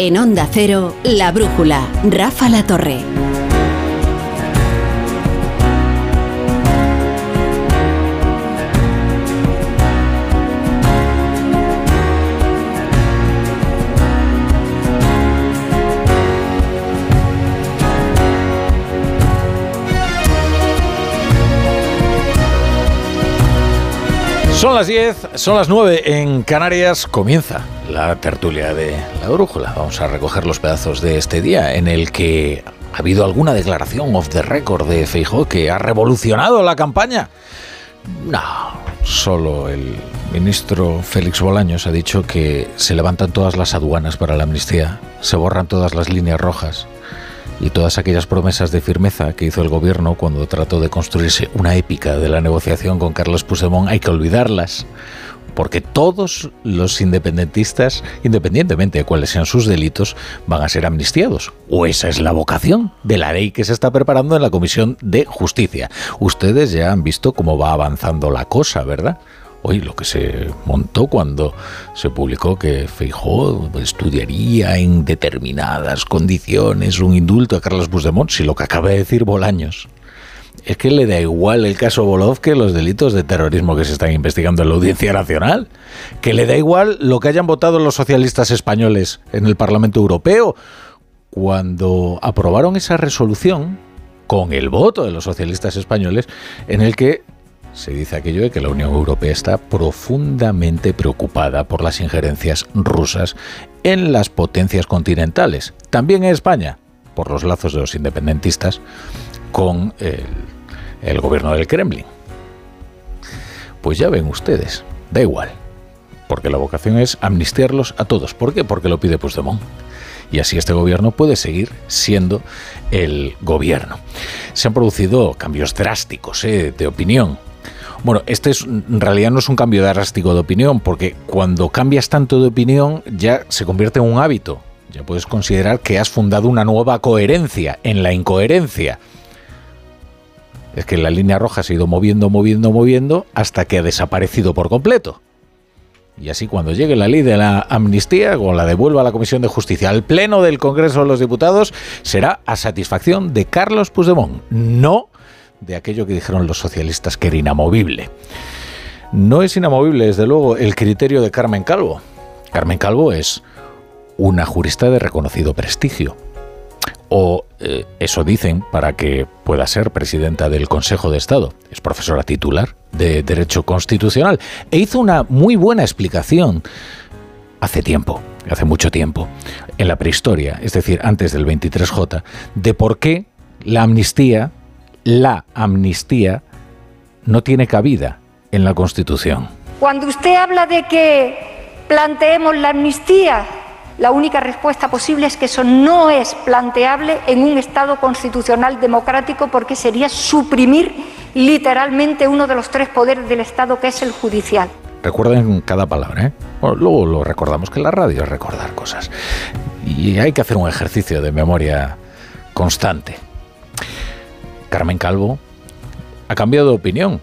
En Onda Cero, La Brújula, Rafa La Torre. Son las 10, son las 9 en Canarias. Comienza la tertulia de La Brújula. Vamos a recoger los pedazos de este día en el que ha habido alguna declaración off the record de Feijóo que ha revolucionado la campaña. No, solo el ministro Félix Bolaños ha dicho que se levantan todas las aduanas para la amnistía, se borran todas las líneas rojas y todas aquellas promesas de firmeza que hizo el gobierno cuando trató de construirse una épica de la negociación con Carles Puigdemont, hay que olvidarlas, porque todos los independentistas, independientemente de cuáles sean sus delitos, van a ser amnistiados. O esa es la vocación de la ley que se está preparando en la Comisión de Justicia. Ustedes ya han visto cómo va avanzando la cosa, ¿verdad? Hoy lo que se montó cuando se publicó que Feijóo estudiaría en determinadas condiciones un indulto a Carles Puigdemont, si lo que acaba de decir Bolaños es que le da igual el caso Volov que los delitos de terrorismo que se están investigando en la Audiencia Nacional, que le da igual lo que hayan votado los socialistas españoles en el Parlamento Europeo, cuando aprobaron esa resolución con el voto de los socialistas españoles en el que se dice aquello de que la Unión Europea está profundamente preocupada por las injerencias rusas en las potencias continentales, también en España, por los lazos de los independentistas con el gobierno del Kremlin. Pues ya ven ustedes, da igual, porque la vocación es amnistiarlos a todos. ¿Por qué? Porque lo pide Puigdemont. Y así este gobierno puede seguir siendo el gobierno. Se han producido cambios drásticos de opinión. Bueno, en realidad no es un cambio drástico de opinión, porque cuando cambias tanto de opinión ya se convierte en un hábito. Ya puedes considerar que has fundado una nueva coherencia en la incoherencia. Es que la línea roja se ha ido moviendo hasta que ha desaparecido por completo. Y así cuando llegue la ley de la amnistía o la devuelva a la Comisión de Justicia al Pleno del Congreso de los Diputados, será a satisfacción de Carles Puigdemont, no de aquello que dijeron los socialistas que era inamovible. No es inamovible, desde luego, el criterio de Carmen Calvo. Carmen Calvo es una jurista de reconocido prestigio. O eso dicen para que pueda ser presidenta del Consejo de Estado. Es profesora titular de Derecho Constitucional. E hizo una muy buena explicación hace mucho tiempo, en la prehistoria, es decir, antes del 23J, de por qué la amnistía no tiene cabida en la Constitución. Cuando usted habla de que planteemos la amnistía, la única respuesta posible es que eso no es planteable en un Estado constitucional democrático, porque sería suprimir literalmente uno de los tres poderes del Estado, que es el judicial. Recuerden cada palabra, ¿eh? Bueno, luego lo recordamos, que la radio es recordar cosas. Y hay que hacer un ejercicio de memoria constante. Carmen Calvo ha cambiado de opinión.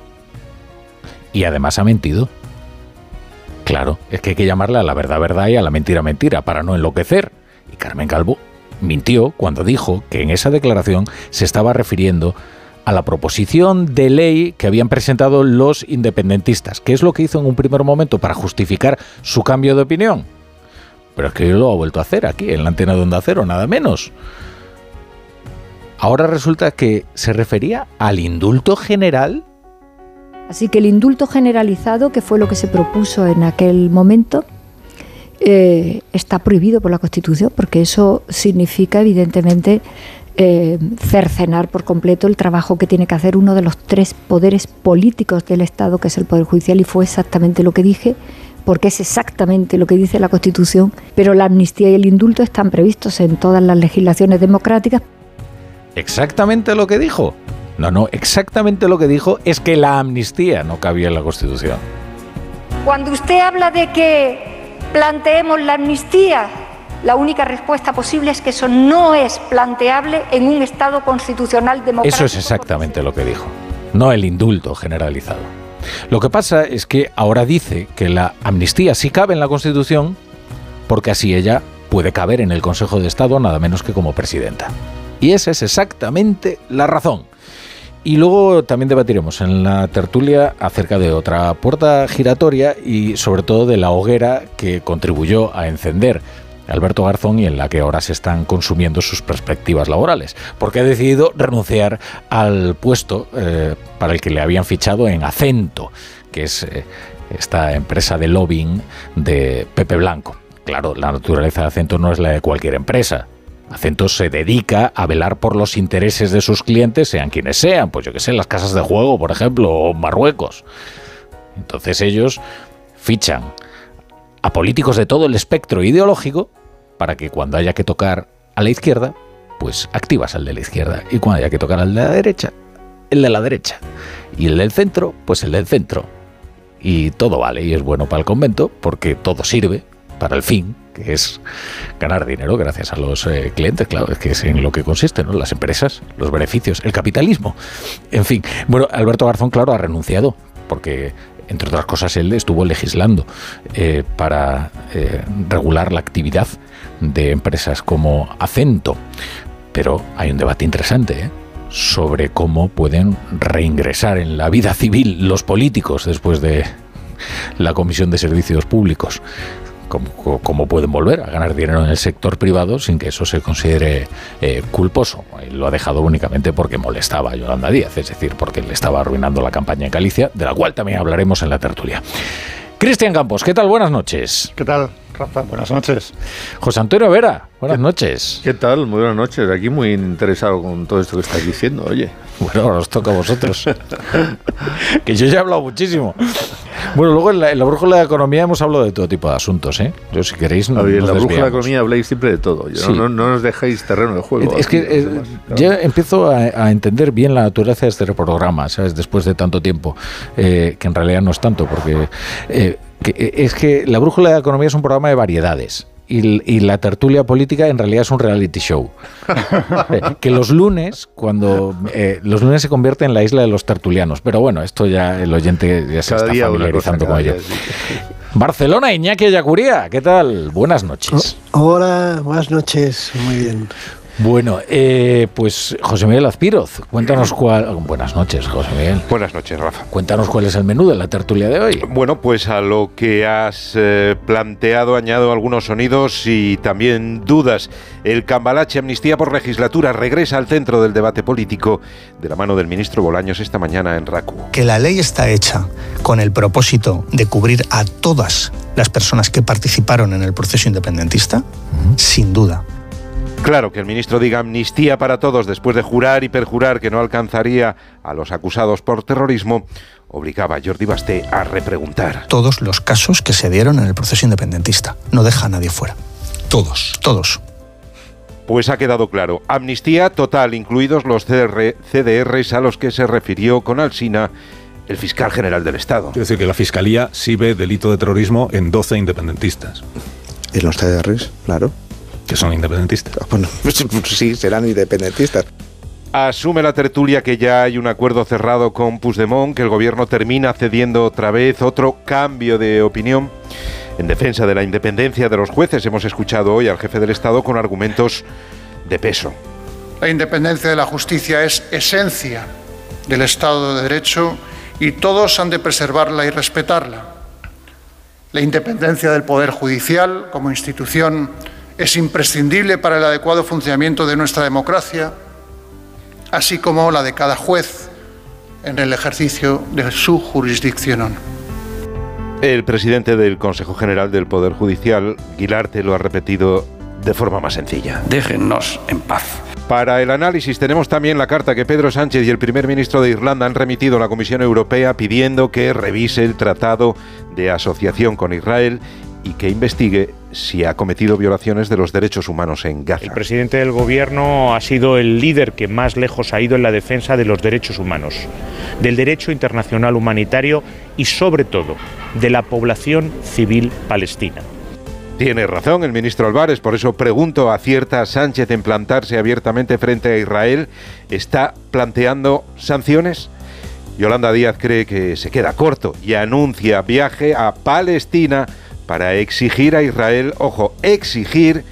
Y además ha mentido. Claro, es que hay que llamarle a la verdad verdad y a la mentira mentira para no enloquecer. Y Carmen Calvo mintió cuando dijo que en esa declaración se estaba refiriendo a la proposición de ley que habían presentado los independentistas, que es lo que hizo en un primer momento para justificar su cambio de opinión. Pero es que lo ha vuelto a hacer aquí, en la antena de Onda Cero, nada menos. Ahora resulta que se refería al indulto general. Así que el indulto generalizado, que fue lo que se propuso en aquel momento, está prohibido por la Constitución, porque eso significa, evidentemente, cercenar por completo el trabajo que tiene que hacer uno de los tres poderes políticos del Estado, que es el Poder Judicial, y fue exactamente lo que dije, porque es exactamente lo que dice la Constitución, pero la amnistía y el indulto están previstos en todas las legislaciones democráticas. ¿Exactamente lo que dijo? No, exactamente lo que dijo es que la amnistía no cabía en la Constitución. Cuando usted habla de que planteemos la amnistía, la única respuesta posible es que eso no es planteable en un Estado constitucional democrático. Eso es exactamente lo que dijo, no el indulto generalizado. Lo que pasa es que ahora dice que la amnistía sí cabe en la Constitución porque así ella puede caber en el Consejo de Estado nada menos que como presidenta. Y esa es exactamente la razón. Y luego también debatiremos en la tertulia acerca de otra puerta giratoria y sobre todo de la hoguera que contribuyó a encender Alberto Garzón y en la que ahora se están consumiendo sus perspectivas laborales, porque ha decidido renunciar al puesto para el que le habían fichado en Acento, que es esta empresa de lobbying de Pepe Blanco. Claro, la naturaleza de Acento no es la de cualquier empresa. Acento se dedica a velar por los intereses de sus clientes, sean quienes sean, pues yo que sé, las casas de juego, por ejemplo, o Marruecos. Entonces ellos fichan a políticos de todo el espectro ideológico para que cuando haya que tocar a la izquierda, pues activas al de la izquierda. Y cuando haya que tocar al de la derecha, el de la derecha. Y el del centro, pues el del centro. Y todo vale y es bueno para el convento porque todo sirve para el fin, que es ganar dinero gracias a los clientes, claro, es que es en lo que consiste, ¿no? Las empresas, los beneficios, el capitalismo. En fin, bueno, Alberto Garzón, claro, ha renunciado porque, entre otras cosas, él estuvo legislando para regular la actividad de empresas como Acento. Pero hay un debate interesante, sobre cómo pueden reingresar en la vida civil los políticos después de la Comisión de Servicios Públicos. Cómo pueden volver a ganar dinero en el sector privado sin que eso se considere culposo. Él lo ha dejado únicamente porque molestaba a Yolanda Díaz, es decir, porque le estaba arruinando la campaña en Galicia, de la cual también hablaremos en la tertulia. Cristian Campos, ¿qué tal? Buenas noches. ¿Qué tal, Rafa? Buenas noches. José Antonio Vera, buenas noches. ¿Qué tal? Muy buenas noches. Aquí muy interesado con todo esto que estáis diciendo, oye. Bueno, ahora os toca a vosotros. Que yo ya he hablado muchísimo. Bueno, luego en la brújula de economía hemos hablado de todo tipo de asuntos, ¿eh? Yo, si queréis, en la brújula de economía habláis siempre de todo. Sí. No nos dejáis terreno de juego. Es que ya empiezo a entender bien la naturaleza de este programa, ¿sabes? Después de tanto tiempo, que en realidad no es tanto, porque es que la brújula de economía es un programa de variedades. Y la tertulia política en realidad es un reality show. Que los lunes se convierte en la isla de los tertulianos. Pero bueno, esto ya el oyente ya se está familiarizando con ello. Barcelona, Iñaki Ayacuría, ¿qué tal? Buenas noches. Hola, buenas noches, muy bien. Bueno, pues José Miguel Azpiroz, cuéntanos cuál... Buenas noches, José Miguel. Buenas noches, Rafa. Cuéntanos cuál es el menú de la tertulia de hoy. Bueno, pues a lo que has planteado añado algunos sonidos y también dudas. El cambalache Amnistía por Legislatura regresa al centro del debate político de la mano del ministro Bolaños esta mañana en RACU. Que la ley está hecha con el propósito de cubrir a todas las personas que participaron en el proceso independentista, sin duda. Claro, que el ministro diga amnistía para todos después de jurar y perjurar que no alcanzaría a los acusados por terrorismo, obligaba a Jordi Basté a repreguntar. Todos los casos que se dieron en el proceso independentista. No deja a nadie fuera. Todos. Pues ha quedado claro. Amnistía total, incluidos los CDRs a los que se refirió con Alsina el fiscal general del Estado. Es decir, que la Fiscalía sí ve delito de terrorismo en 12 independentistas. ¿En los CDRs? Claro. Que son independentistas. Bueno, sí, serán independentistas. Asume la tertulia que ya hay un acuerdo cerrado con Puigdemont, que el gobierno termina cediendo otra vez, otro cambio de opinión. En defensa de la independencia de los jueces hemos escuchado hoy al jefe del Estado con argumentos de peso. La independencia de la justicia es esencia del Estado de Derecho y todos han de preservarla y respetarla. La independencia del Poder Judicial como institución es imprescindible para el adecuado funcionamiento de nuestra democracia, así como la de cada juez en el ejercicio de su jurisdicción. El presidente del Consejo General del Poder Judicial, Guilarte, lo ha repetido de forma más sencilla. Déjennos en paz. Para el análisis tenemos también la carta que Pedro Sánchez y el primer ministro de Irlanda han remitido a la Comisión Europea pidiendo que revise el tratado de asociación con Israel y que investigue si ha cometido violaciones de los derechos humanos en Gaza. El presidente del gobierno ha sido el líder que más lejos ha ido en la defensa de los derechos humanos, del derecho internacional humanitario y, sobre todo, de la población civil palestina. Tiene razón el ministro Álvarez, por eso pregunto, ¿acierta Sánchez en plantarse abiertamente frente a Israel? ¿Está planteando sanciones? Yolanda Díaz cree que se queda corto y anuncia viaje a Palestina para exigir a Israel, ojo, exigir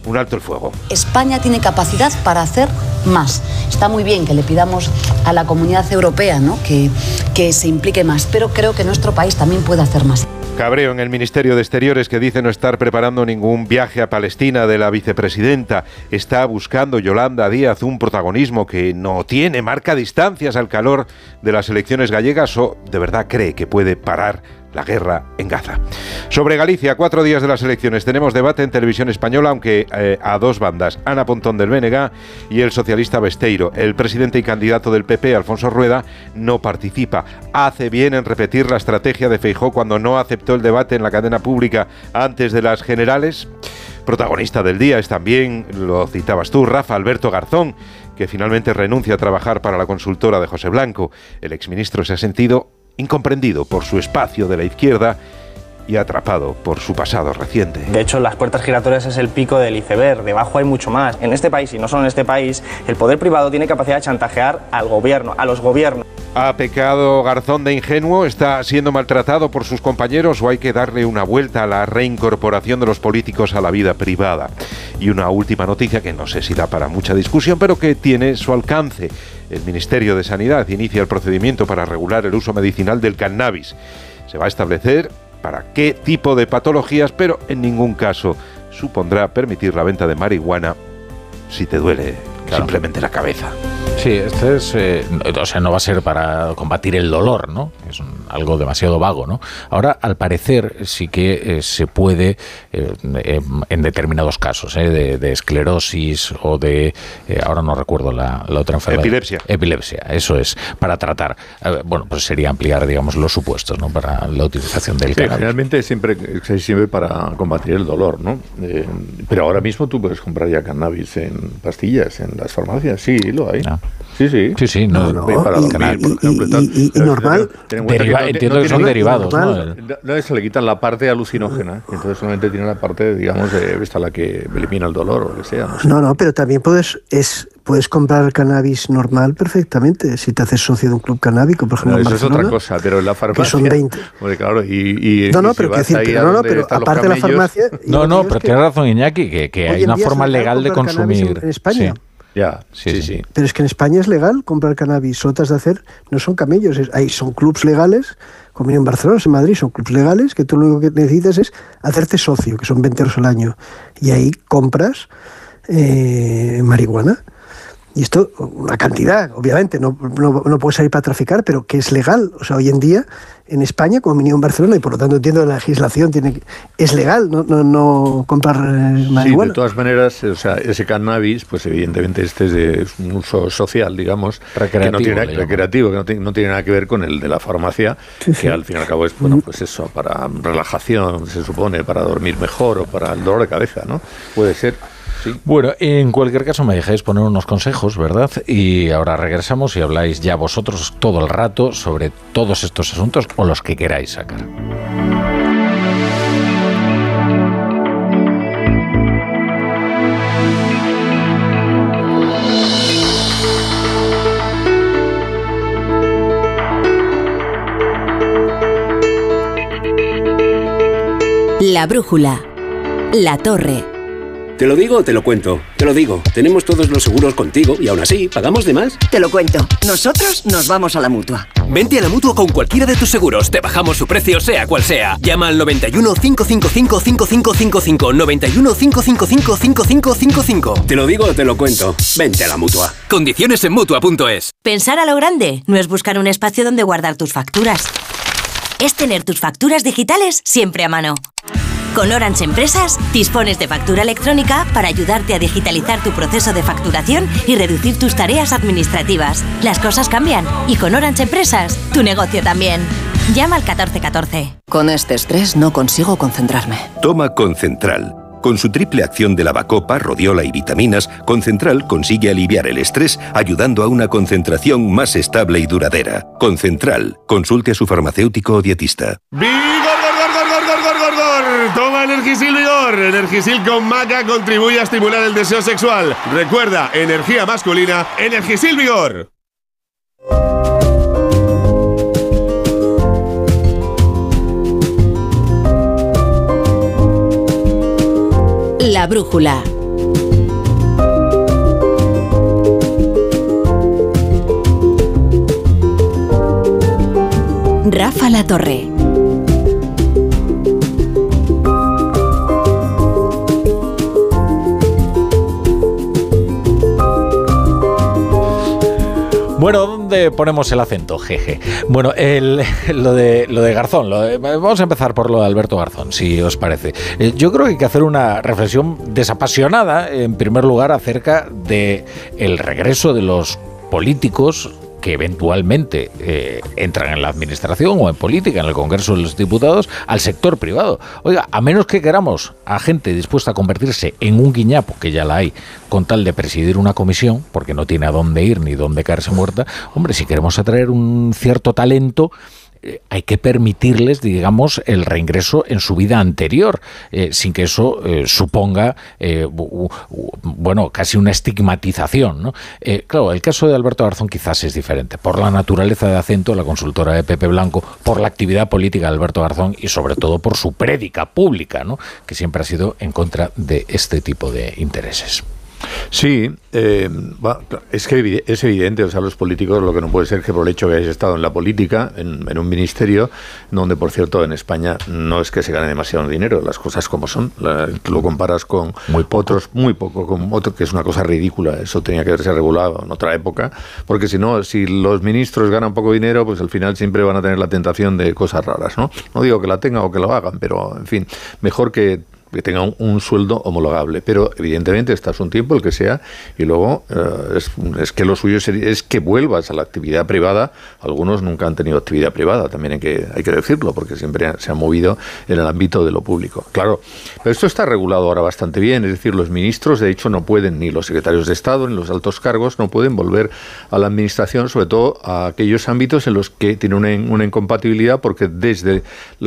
un alto el fuego. España tiene capacidad para hacer más. Está muy bien que le pidamos a la Comunidad Europea, ¿no?, que se implique más, pero creo que nuestro país también puede hacer más. Cabreo en el Ministerio de Exteriores, que dice no estar preparando ningún viaje a Palestina de la vicepresidenta. Está buscando Yolanda Díaz un protagonismo que no tiene, marca distancias al calor de las elecciones gallegas, o de verdad cree que puede parar la guerra en Gaza. Sobre Galicia, 4 días de las elecciones, tenemos debate en Televisión Española, aunque a dos bandas, Ana Pontón del BNG y el socialista Besteiro. El presidente y candidato del PP, Alfonso Rueda, no participa. Hace bien en repetir la estrategia de Feijóo cuando no aceptó el debate en la cadena pública antes de las generales. Protagonista del día es también, lo citabas tú, Rafa Alberto Garzón, que finalmente renuncia a trabajar para la consultora de José Blanco. El exministro se ha sentido incomprendido por su espacio de la izquierda y atrapado por su pasado reciente. De hecho, las puertas giratorias es el pico del iceberg, debajo hay mucho más. En este país, y no solo en este país, el poder privado tiene capacidad de chantajear al gobierno, a los gobiernos. ¿Ha pecado Garzón de ingenuo? ¿Está siendo maltratado por sus compañeros o hay que darle una vuelta a la reincorporación de los políticos a la vida privada? Y una última noticia que no sé si da para mucha discusión, pero que tiene su alcance. El Ministerio de Sanidad inicia el procedimiento para regular el uso medicinal del cannabis. Se va a establecer para qué tipo de patologías, pero en ningún caso supondrá permitir la venta de marihuana si te duele simplemente la cabeza. Sí, este es, o sea, no va a ser para combatir el dolor, ¿no? Es algo demasiado vago, ¿no? Ahora, al parecer, sí que se puede, en determinados casos, de esclerosis o de, ahora no recuerdo la otra enfermedad. Epilepsia, eso es, para tratar. Bueno, pues sería ampliar, digamos, los supuestos, ¿no? Para la utilización del cannabis. Generalmente siempre sirve para combatir el dolor, ¿no? Pero ahora mismo tú puedes comprar ya cannabis en pastillas en las farmacias, sí, lo hay. Sí. No. Para dormir, por ejemplo, y normal. Entiendo que son derivados, ¿no? No, se le quitan la parte alucinógena, entonces solamente tiene la parte, digamos, esta la que elimina el dolor o lo que sea. No, pero también puedes comprar cannabis normal perfectamente, si te haces socio de un club canábico, por ejemplo, en eso Barcelona, es otra cosa, pero en la farmacia... Que son 20. Hombre, claro, pero aparte de la farmacia... No, pero tienes razón, Iñaki, que hay una forma legal de consumir... En España. Sí. Ya, sí. Pero es que en España es legal comprar cannabis, solo te has de hacer, no son camellos, son clubs legales, como en Barcelona, en Madrid, son clubs legales, que tú lo único que necesitas es hacerte socio, que son 20 euros al año, y ahí compras marihuana. Y esto, una cantidad, obviamente, no puede salir para traficar, pero que es legal. O sea, hoy en día, en España, como mínimo en Barcelona, y por lo tanto entiendo la legislación, es legal no comprar marihuana. Sí, de todas maneras, o sea, ese cannabis, pues evidentemente es de un uso social, digamos, recreativo, que no tiene nada que ver con el de la farmacia, que al fin y al cabo es, bueno, pues eso, para relajación, se supone, para dormir mejor o para el dolor de cabeza, ¿no? Puede ser. Sí. Bueno, en cualquier caso me dejáis poner unos consejos, ¿verdad? Y ahora regresamos y habláis ya vosotros todo el rato sobre todos estos asuntos o los que queráis sacar. La brújula. La torre. ¿Te lo digo o te lo cuento? Te lo digo. Tenemos todos los seguros contigo y aún así, ¿pagamos de más? Te lo cuento. Nosotros nos vamos a la Mutua. Vente a la Mutua con cualquiera de tus seguros. Te bajamos su precio, sea cual sea. Llama al 91 555 5555. 91 555 5555. Te lo digo o te lo cuento. Vente a la Mutua. Condiciones en Mutua.es. Pensar a lo grande no es buscar un espacio donde guardar tus facturas. Es tener tus facturas digitales siempre a mano. Con Orange Empresas dispones de factura electrónica para ayudarte a digitalizar tu proceso de facturación y reducir tus tareas administrativas. Las cosas cambian y con Orange Empresas tu negocio también. Llama al 1414. Con este estrés no consigo concentrarme. Toma Concentral. Con su triple acción de lavacopa, rodiola y vitaminas, Concentral consigue aliviar el estrés ayudando a una concentración más estable y duradera. Concentral. Consulte a su farmacéutico o dietista. Toma Energisil Vigor. Energisil con maca contribuye a estimular el deseo sexual. Recuerda, energía masculina, Energisil Vigor. La brújula. Rafa La Torre. Bueno, ¿dónde ponemos el acento? Jeje. Bueno, lo de Garzón. Vamos a empezar por lo de Alberto Garzón, si os parece. Yo creo que hay que hacer una reflexión desapasionada, en primer lugar, acerca del regreso de los políticos que eventualmente entran en la administración o en política, en el Congreso de los Diputados, al sector privado. Oiga, a menos que queramos a gente dispuesta a convertirse en un guiñapo, que ya la hay, con tal de presidir una comisión, porque no tiene a dónde ir ni dónde caerse muerta, hombre, si queremos atraer un cierto talento, hay que permitirles, digamos, el reingreso en su vida anterior, sin que eso suponga, bueno, casi una estigmatización, ¿no? Claro, el caso de Alberto Garzón quizás es diferente, por la naturaleza de Acento, la consultora de Pepe Blanco, por la actividad política de Alberto Garzón y sobre todo por su prédica pública, ¿no?, que siempre ha sido en contra de este tipo de intereses. Sí, es que es evidente, o sea, los políticos, lo que no puede ser que por el hecho que hayas estado en la política, en un ministerio, donde, por cierto, en España no es que se gane demasiado dinero, las cosas como son, lo comparas con otros, muy poco, con otro, que es una cosa ridícula, eso tenía que haberse regulado en otra época, porque si no, si los ministros ganan poco dinero, pues al final siempre van a tener la tentación de cosas raras, ¿no? No digo que la tengan o que lo hagan, pero, en fin, mejor que tenga un sueldo homologable, pero evidentemente estás un tiempo, el que sea, y luego es que lo suyo es que vuelvas a la actividad privada. Algunos nunca han tenido actividad privada, también hay que decirlo, porque siempre se han movido en el ámbito de lo público. Claro, pero esto está regulado ahora bastante bien, es decir, los ministros de hecho no pueden, ni los secretarios de Estado, ni los altos cargos, no pueden volver a la administración, sobre todo a aquellos ámbitos en los que tienen una incompatibilidad, porque desde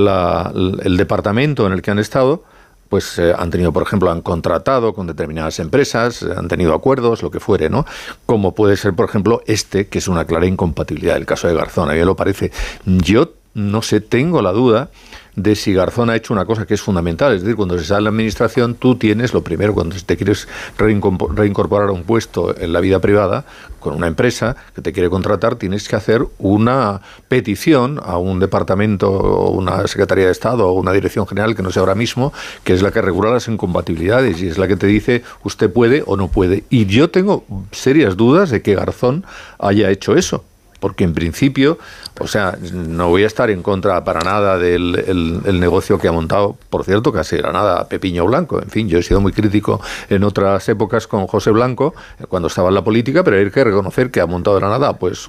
el departamento en el que han estado, pues han tenido, por ejemplo, han contratado con determinadas empresas, han tenido acuerdos, lo que fuere, ¿no? Como puede ser, por ejemplo, que es una clara incompatibilidad, el caso de Garzón. A mí me lo parece. Yo no sé, tengo la duda de si Garzón ha hecho una cosa que es fundamental, es decir, cuando se sale de la administración, tú tienes lo primero, cuando te quieres reincorporar a un puesto en la vida privada, con una empresa que te quiere contratar, tienes que hacer una petición a un departamento, o una Secretaría de Estado, o una Dirección General, que no sé ahora mismo, que es la que regula las incompatibilidades y es la que te dice usted puede o no puede. Y yo tengo serias dudas de que Garzón haya hecho eso, porque en principio, o sea, no voy a estar en contra para nada del negocio que ha montado, por cierto, casi era nada Pepiño Blanco. En fin, yo he sido muy crítico en otras épocas con José Blanco, cuando estaba en la política, pero hay que reconocer que ha montado de la nada pues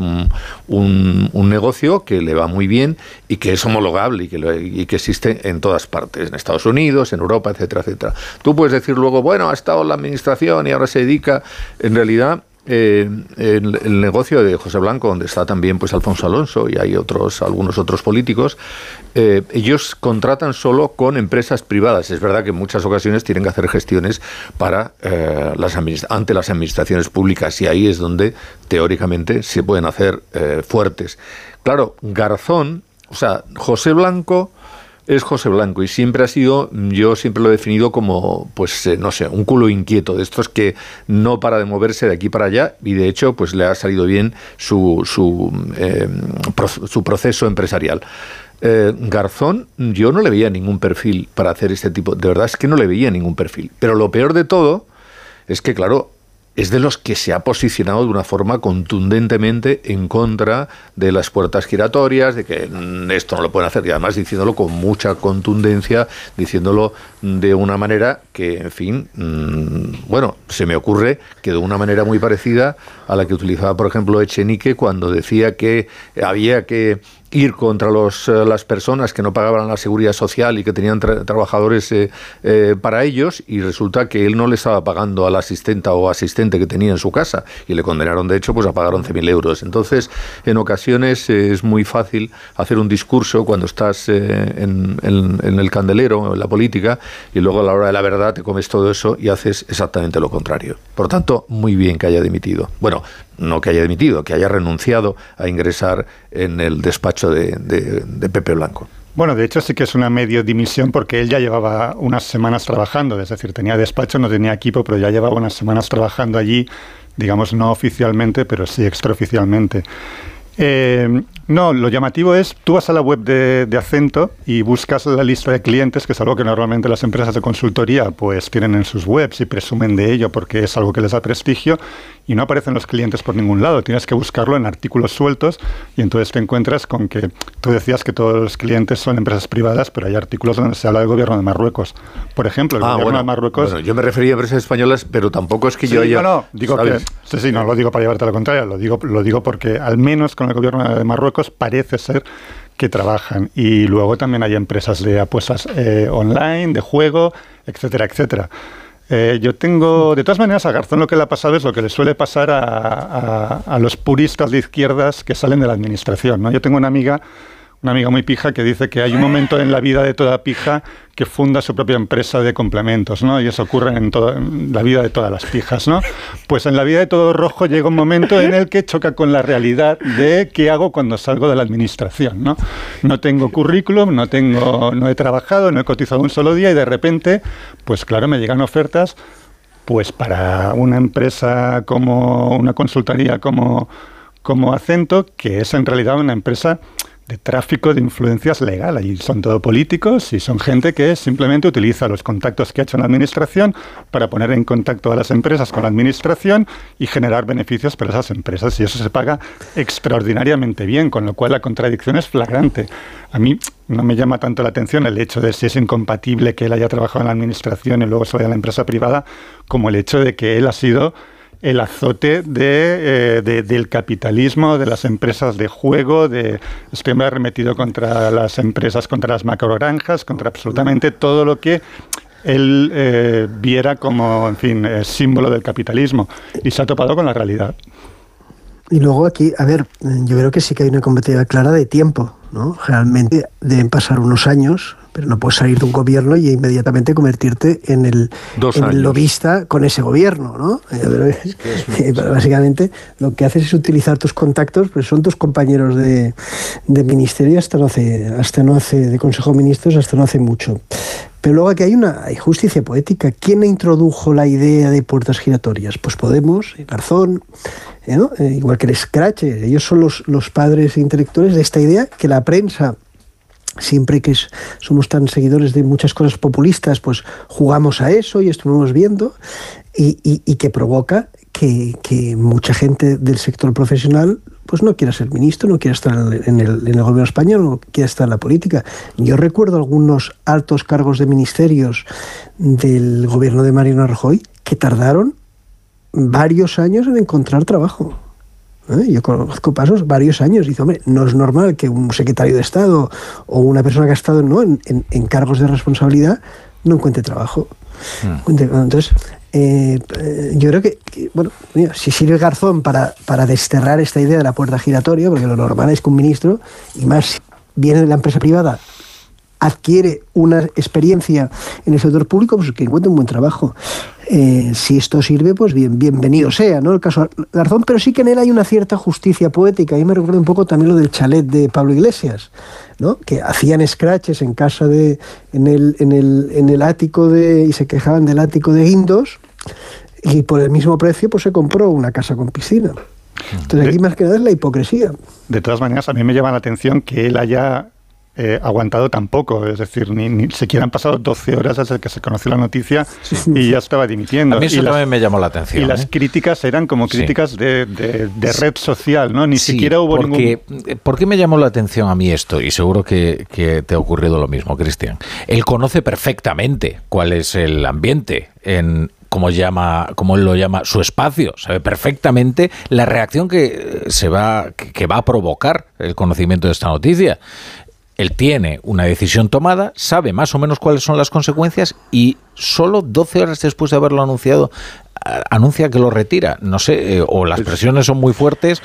un negocio que le va muy bien y que es homologable y que existe en todas partes, en Estados Unidos, en Europa, etcétera, etcétera. Tú puedes decir luego, bueno, ha estado en la administración y ahora se dedica, en realidad, el negocio de José Blanco, donde está también pues Alfonso Alonso y hay algunos otros políticos, ellos contratan solo con empresas privadas. Es verdad que en muchas ocasiones tienen que hacer gestiones para ante las administraciones públicas, y ahí es donde teóricamente se pueden hacer fuertes. Claro, Garzón, o sea, José Blanco es José Blanco y siempre ha sido, yo siempre lo he definido como, pues no sé, un culo inquieto, de estos que no para de moverse de aquí para allá, y de hecho pues le ha salido bien su proceso empresarial. Garzón, yo no le veía ningún perfil para hacer este tipo, de verdad es que no le veía ningún perfil, pero lo peor de todo es que, claro, es de los que se ha posicionado de una forma contundentemente en contra de las puertas giratorias, de que esto no lo pueden hacer, y además diciéndolo con mucha contundencia, diciéndolo de una manera que, en fin, bueno, se me ocurre que de una manera muy parecida a la que utilizaba, por ejemplo, Echenique cuando decía que había que ir contra las personas que no pagaban la seguridad social y que tenían trabajadores para ellos, y resulta que él no le estaba pagando a la asistenta o asistente que tenía en su casa, y le condenaron de hecho pues a pagar 11.000 euros. Entonces, en ocasiones es muy fácil hacer un discurso cuando estás en el candelero, en la política, y luego a la hora de la verdad te comes todo eso y haces exactamente lo contrario. Por lo tanto, muy bien que haya dimitido. Bueno, no que haya dimitido, que haya renunciado a ingresar en el despacho de Pepe Blanco. Bueno, de hecho sí que es una medio dimisión, porque él ya llevaba unas semanas trabajando, es decir, tenía despacho, no tenía equipo, pero ya llevaba unas semanas trabajando allí, digamos no oficialmente, pero sí extraoficialmente. No, lo llamativo es, tú vas a la web de Acento y buscas la lista de clientes, que es algo que normalmente las empresas de consultoría pues tienen en sus webs y presumen de ello porque es algo que les da prestigio, y no aparecen los clientes por ningún lado. Tienes que buscarlo en artículos sueltos y entonces te encuentras con que tú decías que todos los clientes son empresas privadas, pero hay artículos donde se habla del gobierno de Marruecos. Por ejemplo, el gobierno de Marruecos... Bueno, yo me refería a empresas españolas, pero tampoco es que yo haya... No, digo ¿sabes? Que... Sí, no lo digo para llevarte a la contraria, lo digo porque al menos con el gobierno de Marruecos parece ser que trabajan. Y luego también hay empresas de apuestas online, de juego, etcétera, etcétera. Yo tengo, de todas maneras, a Garzón lo que le ha pasado es lo que le suele pasar a los puristas de izquierdas que salen de la administración, ¿no? Yo tengo una amiga muy pija que dice que hay un momento en la vida de toda pija que funda su propia empresa de complementos, ¿no? Y eso ocurre en la vida de todas las pijas, ¿no? Pues en la vida de todo rojo llega un momento en el que choca con la realidad de qué hago cuando salgo de la administración, ¿no? No tengo currículum, no he trabajado, no he cotizado un solo día y de repente, pues claro, me llegan ofertas pues para una empresa como una consultoría como Acento, que es en realidad una empresa de tráfico de influencias legal. Allí son todo políticos y son gente que simplemente utiliza los contactos que ha hecho en la administración para poner en contacto a las empresas con la administración y generar beneficios para esas empresas. Y eso se paga extraordinariamente bien, con lo cual la contradicción es flagrante. A mí no me llama tanto la atención el hecho de si es incompatible que él haya trabajado en la administración y luego se vaya a la empresa privada, como el hecho de que él ha sido el azote del capitalismo, de las empresas de juego, este hombre ha arremetido contra las empresas, contra las macrogranjas, contra absolutamente todo lo que él viera como, en fin, símbolo del capitalismo, y se ha topado con la realidad. Y luego aquí, a ver, yo creo que sí que hay una compatibilidad clara de tiempo, ¿no? Realmente deben pasar unos años, pero no puedes salir de un gobierno y inmediatamente convertirte en el lobista con ese gobierno, ¿no? Básicamente lo que haces es utilizar tus contactos, pues son tus compañeros de ministerio hasta no hace de Consejo de Ministros hasta no hace mucho. Pero luego aquí hay justicia poética. ¿Quién introdujo la idea de puertas giratorias? Pues Podemos, Garzón, ¿no? Igual que el Scratch. Ellos son los padres intelectuales de esta idea que la prensa, siempre que somos tan seguidores de muchas cosas populistas, pues jugamos a eso y estuvimos viendo, y que provoca que mucha gente del sector profesional pues no quiera ser ministro, no quiera estar en el gobierno español, no quiera estar en la política. Yo recuerdo algunos altos cargos de ministerios del gobierno de Mariano Rajoy que tardaron varios años en encontrar trabajo. Yo conozco pasos varios años y dice, hombre, no es normal que un secretario de Estado o una persona que ha estado en cargos de responsabilidad no encuentre trabajo. Entonces, yo creo que bueno, si sirve Garzón para desterrar esta idea de la puerta giratoria, porque lo normal es que un ministro, y más si viene de la empresa privada, adquiere una experiencia en el sector público, pues que encuentre un buen trabajo. Si esto sirve, pues bienvenido sea, ¿no? El caso Garzón, pero sí que en él hay una cierta justicia poética. A mí me recuerda un poco también lo del chalet de Pablo Iglesias, ¿no? Que hacían scratches en casa en el ático y se quejaban del ático de Guindos, y por el mismo precio pues se compró una casa con piscina. Entonces aquí más que nada es la hipocresía. De todas maneras, a mí me llama la atención que él haya aguantado tan poco, es decir, ni siquiera han pasado 12 horas desde que se conoció la noticia y ya estaba dimitiendo. A mí eso también me llamó la atención. Y las críticas eran como críticas de red social, ¿no? Ni siquiera hubo ningún... ¿Por qué me llamó la atención a mí esto? Y seguro que te ha ocurrido lo mismo, Cristian. Él conoce perfectamente cuál es el ambiente como él lo llama, su espacio. Sabe perfectamente la reacción que va a provocar el conocimiento de esta noticia. Él tiene una decisión tomada, sabe más o menos cuáles son las consecuencias y solo 12 horas después de haberlo anunciado, anuncia que lo retira. No sé, o las presiones son muy fuertes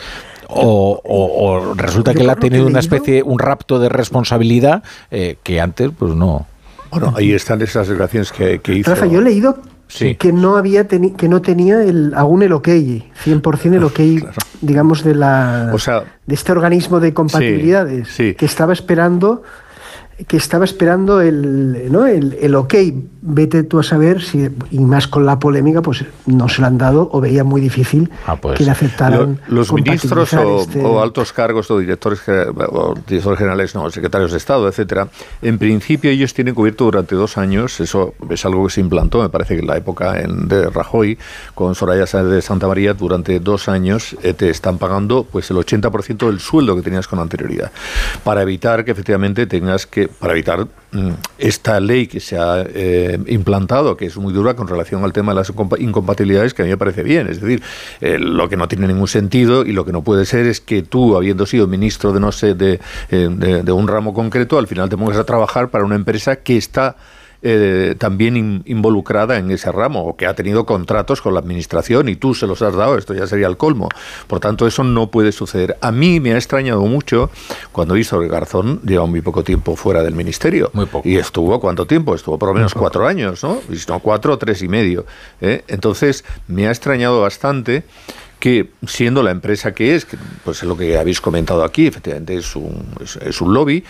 o resulta que él ha tenido un rapto de responsabilidad que antes pues no. Bueno, ahí están esas declaraciones que hizo. Rafa, yo he leído que no tenía aún el ok, 100% el ok, claro, digamos, de este organismo de compatibilidades, que estaba esperando que estaba esperando el ok. Vete tú a saber si, y más con la polémica, pues no se lo han dado o veía muy difícil que le aceptaran. Los ministros o altos cargos o directores generales, no, secretarios de Estado, etcétera, en principio ellos tienen cubierto durante 2 años, eso es algo que se implantó, me parece que en la época de Rajoy, con Soraya Sáenz de Santamaría, durante 2 años te están pagando pues el 80% del sueldo que tenías con anterioridad, para evitar que efectivamente para evitar esta ley que se ha implantado, que es muy dura con relación al tema de las incompatibilidades, que a mí me parece bien. Es decir, lo que no tiene ningún sentido y lo que no puede ser es que tú, habiendo sido ministro de no sé de un ramo concreto, al final te pongas a trabajar para una empresa que está también involucrada en ese ramo o que ha tenido contratos con la administración y tú se los has dado. Esto ya sería el colmo. Por tanto, eso no puede suceder. A mí me ha extrañado mucho cuando he visto que Garzón lleva muy poco tiempo fuera del ministerio. Muy poco. Y estuvo, ¿cuánto tiempo? Estuvo por lo menos 4 años, ¿no? Y si no 4, 3 y medio. Entonces, me ha extrañado bastante que, siendo la empresa que es, pues es lo que habéis comentado aquí, efectivamente es un lobby,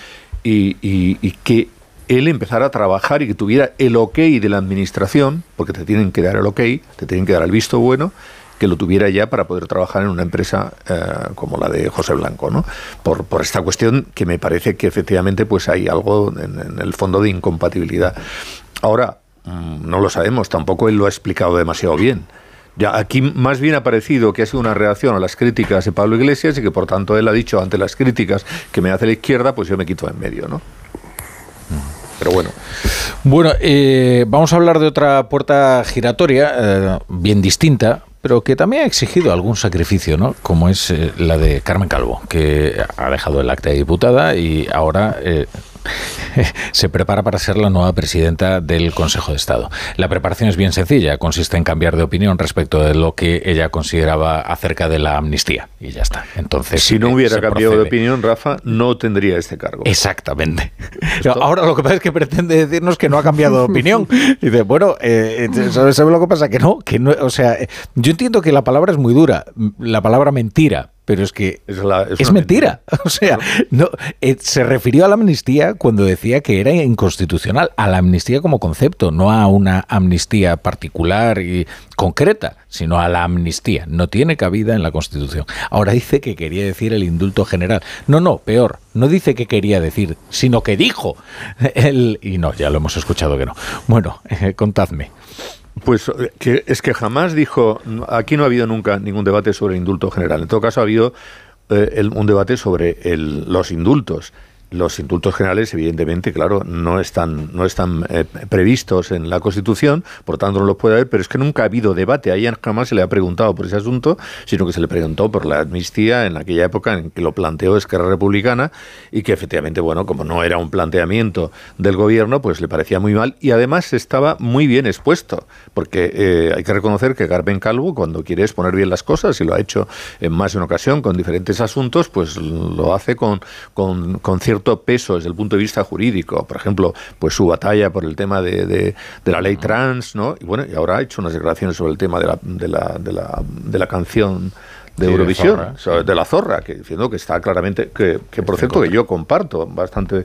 y que él empezara a trabajar y que tuviera el ok de la administración, porque te tienen que dar el ok, te tienen que dar el visto bueno, que lo tuviera ya para poder trabajar en una empresa como la de José Blanco, ¿no? Por esta cuestión que me parece que efectivamente pues hay algo en el fondo de incompatibilidad. Ahora, no lo sabemos, tampoco él lo ha explicado demasiado bien. Ya aquí más bien ha parecido que ha sido una reacción a las críticas de Pablo Iglesias y que por tanto él ha dicho, ante las críticas que me hace la izquierda, pues yo me quito en medio, ¿no? Pero bueno. Bueno, vamos a hablar de otra puerta giratoria, bien distinta, pero que también ha exigido algún sacrificio, ¿no? Como es la de Carmen Calvo, que ha dejado el acta de diputada y ahora se prepara para ser la nueva presidenta del Consejo de Estado. La preparación es bien sencilla, consiste en cambiar de opinión respecto de lo que ella consideraba acerca de la amnistía, y ya está. Entonces, si no hubiera cambiado de opinión, Rafa, no tendría este cargo. Exactamente. Ahora lo que pasa es que pretende decirnos que no ha cambiado de opinión. Y dice, bueno, ¿sabes lo que pasa? Que no, o sea, yo entiendo que la palabra es muy dura, la palabra mentira, pero es que es mentira. O sea, no, se refirió a la amnistía cuando decía que era inconstitucional, a la amnistía como concepto, no a una amnistía particular y concreta, sino a la amnistía. No tiene cabida en la Constitución. Ahora dice que quería decir el indulto general. No, peor. No dice que quería decir, sino que dijo. Y no, ya lo hemos escuchado que no. Bueno, contadme. Pues es que jamás dijo, aquí no ha habido nunca ningún debate sobre el indulto general. En todo caso ha habido un debate sobre los indultos. Los indultos generales, evidentemente, claro, no están previstos en la Constitución, por tanto no los puede haber, pero es que nunca ha habido debate. A ella jamás se le ha preguntado por ese asunto, sino que se le preguntó por la amnistía en aquella época en que lo planteó Esquerra Republicana y que efectivamente, bueno, como no era un planteamiento del gobierno, pues le parecía muy mal y además estaba muy bien expuesto, porque hay que reconocer que Carmen Calvo, cuando quiere exponer bien las cosas, y lo ha hecho en más de una ocasión con diferentes asuntos, pues lo hace con cierto peso desde el punto de vista jurídico. Por ejemplo, pues su batalla por el tema de la ley trans, ¿no? Y bueno, y ahora ha hecho unas declaraciones sobre el tema de la canción de Eurovisión, de la zorra, que diciendo que está claramente, que por cierto que yo comparto bastante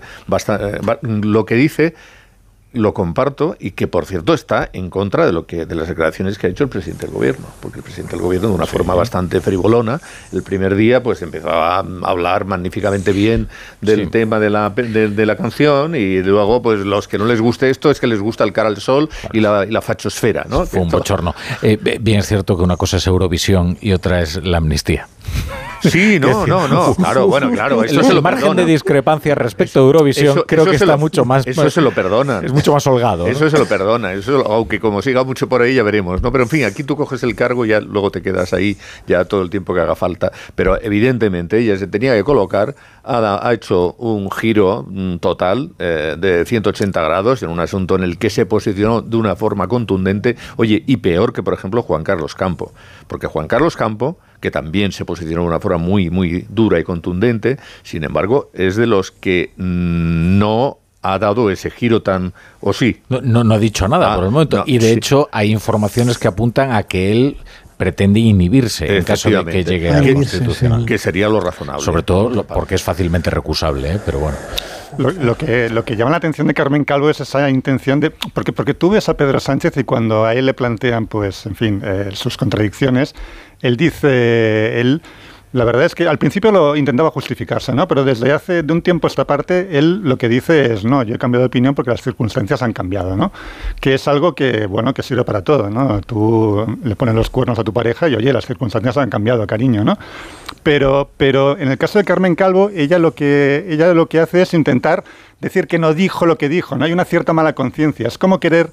lo que dice. Lo comparto y que, por cierto, está en contra de las declaraciones que ha hecho el presidente del gobierno, porque el presidente del gobierno, de una forma bastante frivolona, el primer día pues empezó a hablar magníficamente bien del tema de la canción y luego pues los que no les guste esto es que les gusta el cara al sol y la fachosfera, ¿no? Fue un bochorno. Bien es cierto que una cosa es Eurovisión y otra es la amnistía. Sí, no, claro, bueno, claro. Eso el margen de discrepancia respecto a Eurovisión creo que está mucho más... Eso se lo perdonan. Es mucho más holgado, ¿no? Eso se lo perdona, aunque como siga mucho por ahí ya veremos, ¿no? Pero en fin, aquí tú coges el cargo y ya luego te quedas ahí ya todo el tiempo que haga falta. Pero evidentemente ella se tenía que colocar, ha hecho un giro total de 180 grados en un asunto en el que se posicionó de una forma contundente, oye, y peor que, por ejemplo, Juan Carlos Campo. Porque Juan Carlos Campo, que también se posicionó de una forma muy, muy dura y contundente, sin embargo, es de los que no ha dado ese giro tan... ¿O sí? No ha dicho nada por el momento. Y de hecho hay informaciones que apuntan a que él pretende inhibirse en caso de que llegue a la Constitución. Que sería lo razonable. Sobre todo porque es fácilmente recusable, pero bueno. Lo que llama la atención de Carmen Calvo es esa intención de... Porque tú ves a Pedro Sánchez y cuando a él le plantean, pues, en fin, sus contradicciones, él dice... La verdad es que al principio lo intentaba justificarse, ¿no? Pero desde hace de un tiempo a esta parte, él lo que dice es, no, yo he cambiado de opinión porque las circunstancias han cambiado, ¿no? Que es algo que, bueno, que sirve para todo, ¿no? Tú le pones los cuernos a tu pareja y, oye, las circunstancias han cambiado, cariño, ¿no? Pero en el caso de Carmen Calvo, ella lo que hace es intentar decir que no dijo lo que dijo, ¿no? Hay una cierta mala conciencia. Es como querer...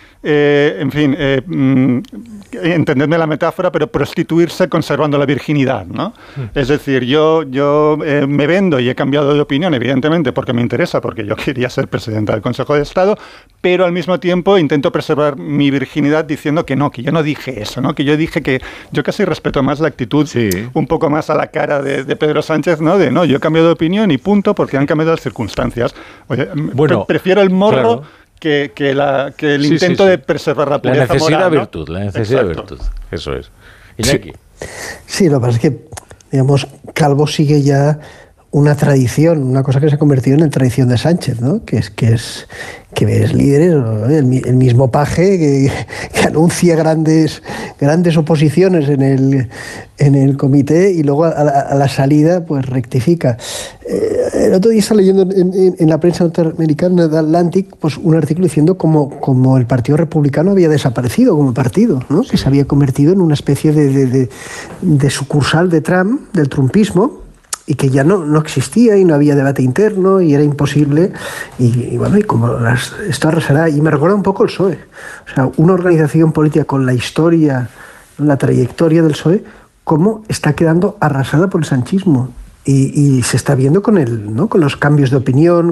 entendedme la metáfora, pero prostituirse conservando la virginidad, ¿no? Es decir, yo me vendo y he cambiado de opinión, evidentemente, porque me interesa, porque yo quería ser presidenta del Consejo de Estado, pero al mismo tiempo intento preservar mi virginidad diciendo que no, que yo no dije eso, ¿no? Que yo dije que yo casi respeto más la actitud, un poco más a la cara de Pedro Sánchez, ¿no? De no, yo he cambiado de opinión y punto, porque han cambiado las circunstancias. Oye, bueno, prefiero el morro... Claro. Que el intento de preservar la pureza moral, ¿no? La necesidad de virtud, eso es. Iñaki. Sí, lo que pasa es que, digamos, Calvo sigue ya una tradición, una cosa que se ha convertido en tradición de Sánchez, ¿no? Que ves líderes, ¿no? El mismo Paje que anuncia grandes oposiciones en el comité y luego a la salida pues rectifica. El otro día estaba leyendo en la prensa norteamericana de Atlantic pues un artículo diciendo como el Partido Republicano había desaparecido como partido, ¿no? Que se había convertido en una especie de sucursal de Trump, del trumpismo, y que ya no existía y no había debate interno y era imposible y bueno, y como esto arrasará, y me recuerda un poco el PSOE, o sea, una organización política con la historia, la trayectoria del PSOE, cómo está quedando arrasada por el sanchismo y se está viendo con los cambios de opinión,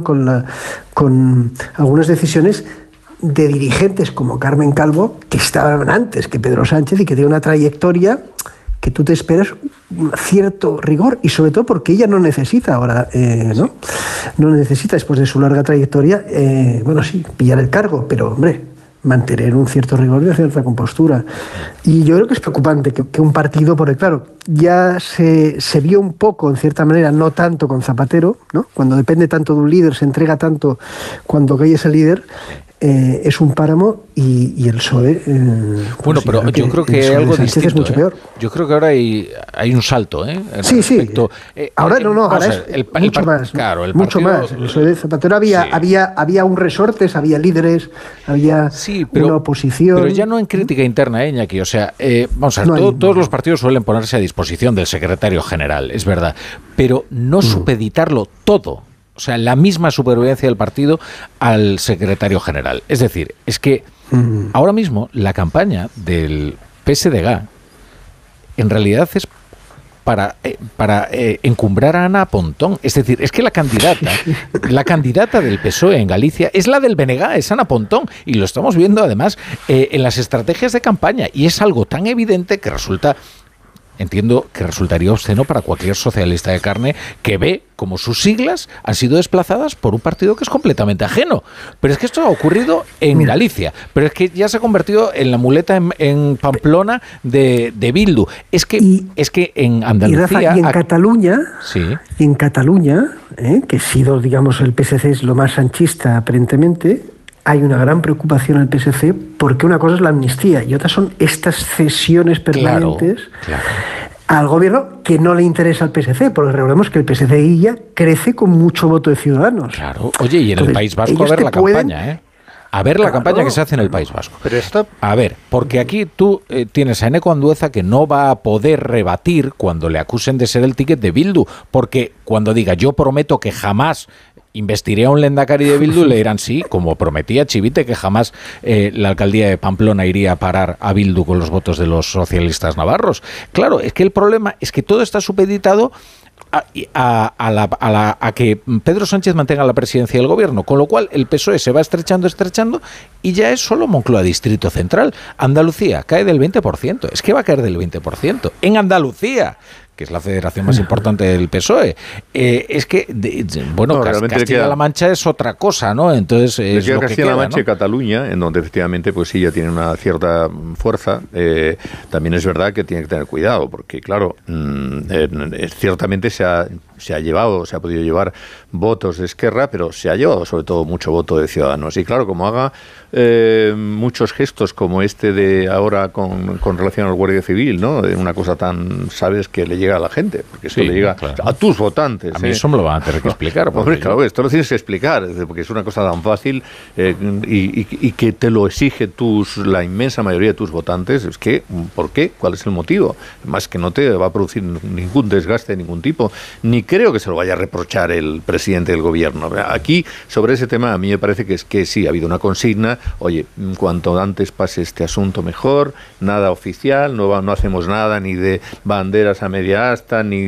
con algunas decisiones de dirigentes como Carmen Calvo, que estaban antes que Pedro Sánchez y que tiene una trayectoria que tú te esperas un cierto rigor, y sobre todo porque ella no necesita ahora, ¿no? No necesita, después de su larga trayectoria, bueno, sí, pillar el cargo, pero, hombre, mantener un cierto rigor y una cierta compostura. Y yo creo que es preocupante que un partido, porque claro, ya se vio un poco, en cierta manera, no tanto con Zapatero, ¿no? Cuando depende tanto de un líder, se entrega tanto cuando cae ese líder, es un páramo y el PSOE... bueno, pero yo creo que hay algo distinto. Es mucho peor. Yo creo que ahora hay un salto, Sí. Ahora ahora es mucho más. Claro, mucho más. El PSOE de Zapatero había un resortes, había líderes, había una oposición. Pero ya no en crítica interna, Iñaki. O sea, vamos a ver, todos los partidos suelen ponerse a disposición del secretario general, es verdad, pero no supeditarlo todo. O sea, la misma supervivencia del partido al secretario general. Es decir, es que ahora mismo la campaña del PSDG en realidad es para encumbrar a Ana Pontón. Es decir, es que la candidata del PSOE en Galicia es la del BNG, es Ana Pontón. Y lo estamos viendo además en las estrategias de campaña. Y es algo tan evidente que entiendo que resultaría obsceno para cualquier socialista de carne que ve como sus siglas han sido desplazadas por un partido que es completamente ajeno. Pero es que esto ha ocurrido en Galicia, pero es que ya se ha convertido en la muleta en Pamplona de Bildu. Es que en Andalucía... Y en Cataluña, que ha sido, digamos, el PSC es lo más sanchista aparentemente, hay una gran preocupación en el PSC porque una cosa es la amnistía y otra son estas cesiones permanentes al gobierno que no le interesa al PSC, porque recordemos que el PSC ya crece con mucho voto de ciudadanos. Claro. Oye, y en el País Vasco a ver la campaña, A ver la campaña que se hace en el País Vasco. Pero esto... A ver, porque aquí tú tienes a Eneko Andueza que no va a poder rebatir cuando le acusen de ser el ticket de Bildu, porque cuando diga yo prometo que jamás investiré a un Lehendakari de Bildu, le dirán sí, como prometía Chivite, que jamás la alcaldía de Pamplona iría a parar a Bildu con los votos de los socialistas navarros. Claro, es que el problema es que todo está supeditado a que Pedro Sánchez mantenga la presidencia del gobierno, con lo cual el PSOE se va estrechando y ya es solo Moncloa Distrito Central. Andalucía cae del 20%, es que va a caer del 20% en Andalucía, que es la federación más importante del PSOE. Es que, Castilla-La Mancha es otra cosa, ¿no? Entonces es lo que Castilla-La Mancha, ¿no? Y Cataluña, en donde efectivamente pues sí ya tiene una cierta fuerza, también es verdad que tiene que tener cuidado, porque claro, ciertamente se ha se ha podido llevar votos de Esquerra, pero se ha llevado sobre todo mucho voto de Ciudadanos. Y claro, como haga muchos gestos como este de ahora con relación al Guardia Civil, ¿no? De una cosa tan, sabes, que le llega a la gente, porque eso le llega a tus votantes. A mí eso me lo van a tener que explicar. Hombre, claro, esto lo tienes que explicar, porque es una cosa tan fácil y que te lo exige la inmensa mayoría de tus votantes. Es que, ¿por qué? ¿Cuál es el motivo? Más que no te va a producir ningún desgaste de ningún tipo, ni creo que se lo vaya a reprochar el presidente del gobierno. Aquí, sobre ese tema, a mí me parece que sí, ha habido una consigna. Oye, cuanto antes pase este asunto mejor, nada oficial, no hacemos nada ni de banderas a media asta, ni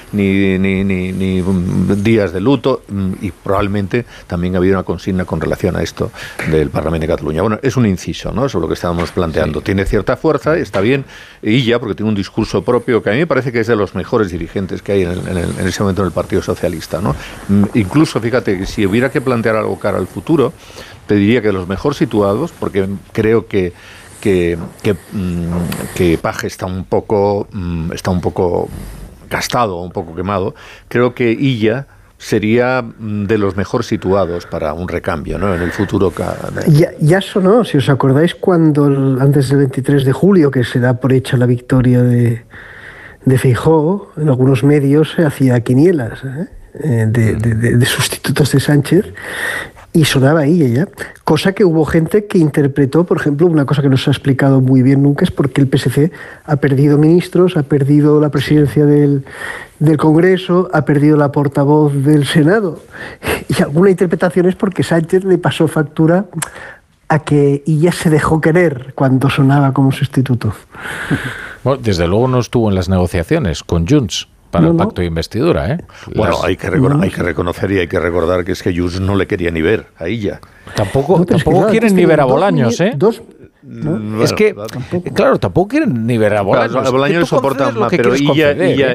días de luto, y probablemente también ha habido una consigna con relación a esto del Parlamento de Cataluña. Bueno, es un inciso, ¿no?, sobre lo que estábamos planteando. Sí. Tiene cierta fuerza, está bien, y ya porque tiene un discurso propio que a mí me parece que es de los mejores dirigentes que hay en ese momento en el Partido Socialista, ¿no? Incluso, fíjate, que si hubiera que plantear algo cara al futuro, te diría que de los mejor situados, porque creo que Page está un poco gastado, un poco quemado. Creo que Illa sería de los mejor situados para un recambio, ¿no?, en el futuro. Ya sonó, si os acordáis, cuando antes del 23 de julio, que se da por hecha la victoria de Feijóo, en algunos medios se hacía quinielas de sustitutos de Sánchez, y sonaba ahí ella, cosa que hubo gente que interpretó, por ejemplo, una cosa que no se ha explicado muy bien nunca, es porque el PSC ha perdido ministros, ha perdido la presidencia del Congreso, ha perdido la portavoz del Senado, y alguna interpretación es porque Sánchez le pasó factura a que ella se dejó querer cuando sonaba como sustituto. Bueno, desde luego no estuvo en las negociaciones con Junts para el pacto de investidura, ¿eh? Bueno, hay que reconocer y hay que recordar que es que Junts no le quería ni ver a ella. Tampoco quieren ni ver a Bolaños, ¿eh? Bueno, es que, claro, tampoco quieren ni ver a Bolaños. Claro, a Bolaños lo soportan más, pero Illa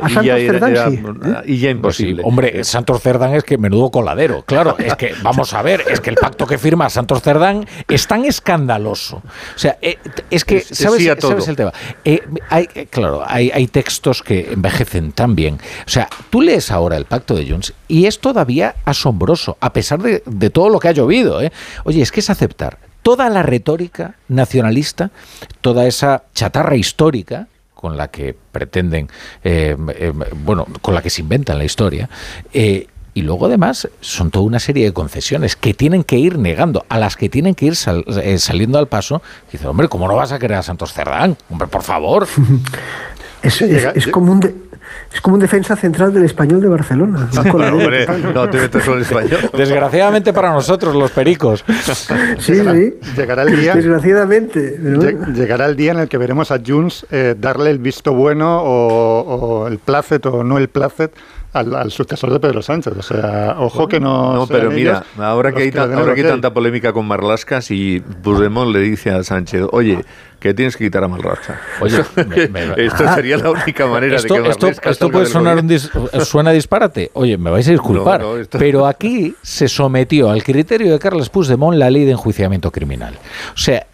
imposible. Pues sí, hombre, Santos Cerdán es que menudo coladero. Claro, es que, vamos a ver, es que el pacto que firma Santos Cerdán es tan escandaloso. O sea, es que, ¿sabes el tema? Hay textos que envejecen tan bien. O sea, tú lees ahora el pacto de Junts y es todavía asombroso, a pesar de todo lo que ha llovido, ¿eh? Oye, es que es aceptar toda la retórica nacionalista, toda esa chatarra histórica con la que pretenden, con la que se inventan la historia, y luego además son toda una serie de concesiones que tienen que ir negando, a las que tienen que ir saliendo al paso. Dice, hombre, ¿cómo no vas a querer a Santos Cerdán? Hombre, por favor. Es como un defensa central del Español de Barcelona. No te metes con el Español. Desgraciadamente para nosotros, los pericos. Sí. Llegará el día. Desgraciadamente. Llegará el día en el que veremos a Junts darle el visto bueno o el plácet o no el plácet al sucesor de Pedro Sánchez. O sea, ojo que no. No, pero mira, ahora que hay tanta polémica con Marlaska, si Puigdemont le dice a Sánchez, oye, que tienes que quitar a Marlaska. Oye, esto sería la única manera de que Marlaska esto puede suena disparate. Oye, me vais a disculpar, pero aquí se sometió al criterio de Carles Puigdemont la ley de enjuiciamiento criminal. O sea,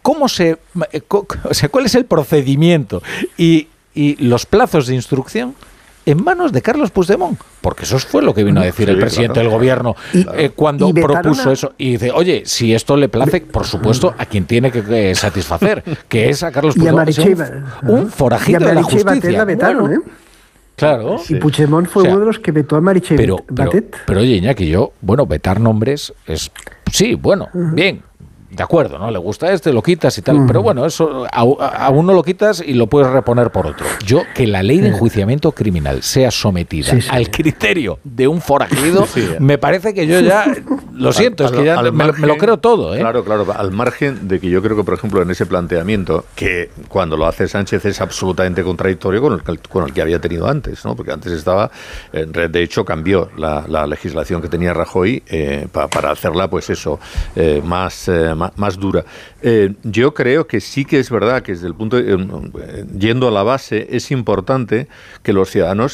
¿cuál es el procedimiento y los plazos de instrucción en manos de Carles Puigdemont? Porque eso fue lo que vino a decir el presidente del gobierno cuando propuso eso. Y dice, oye, si esto le place, por supuesto, a quien tiene que satisfacer, que es a Carles Puigdemont, un forajido de la justicia. La vetaron, ¿eh? Claro. Y Puigdemont fue uno de los que vetó a Meritxell Batet. Pero oye, Iñaki, vetar nombres es... Sí, bueno, bien. De acuerdo, ¿no? Le gusta lo quitas y tal. Pero bueno, eso a uno lo quitas y lo puedes reponer por otro. Que la ley de enjuiciamiento criminal sea sometida al criterio de un forajido, me parece que yo ya... Lo siento, es que ya me lo creo todo, ¿eh? Claro, al margen de que yo creo que, por ejemplo, en ese planteamiento, que cuando lo hace Sánchez es absolutamente contradictorio con el que había tenido antes, ¿no? Porque antes estaba... de hecho, cambió la legislación que tenía Rajoy para hacerla, pues eso, más dura. Yo creo que sí que es verdad que desde el punto yendo a la base, es importante que los ciudadanos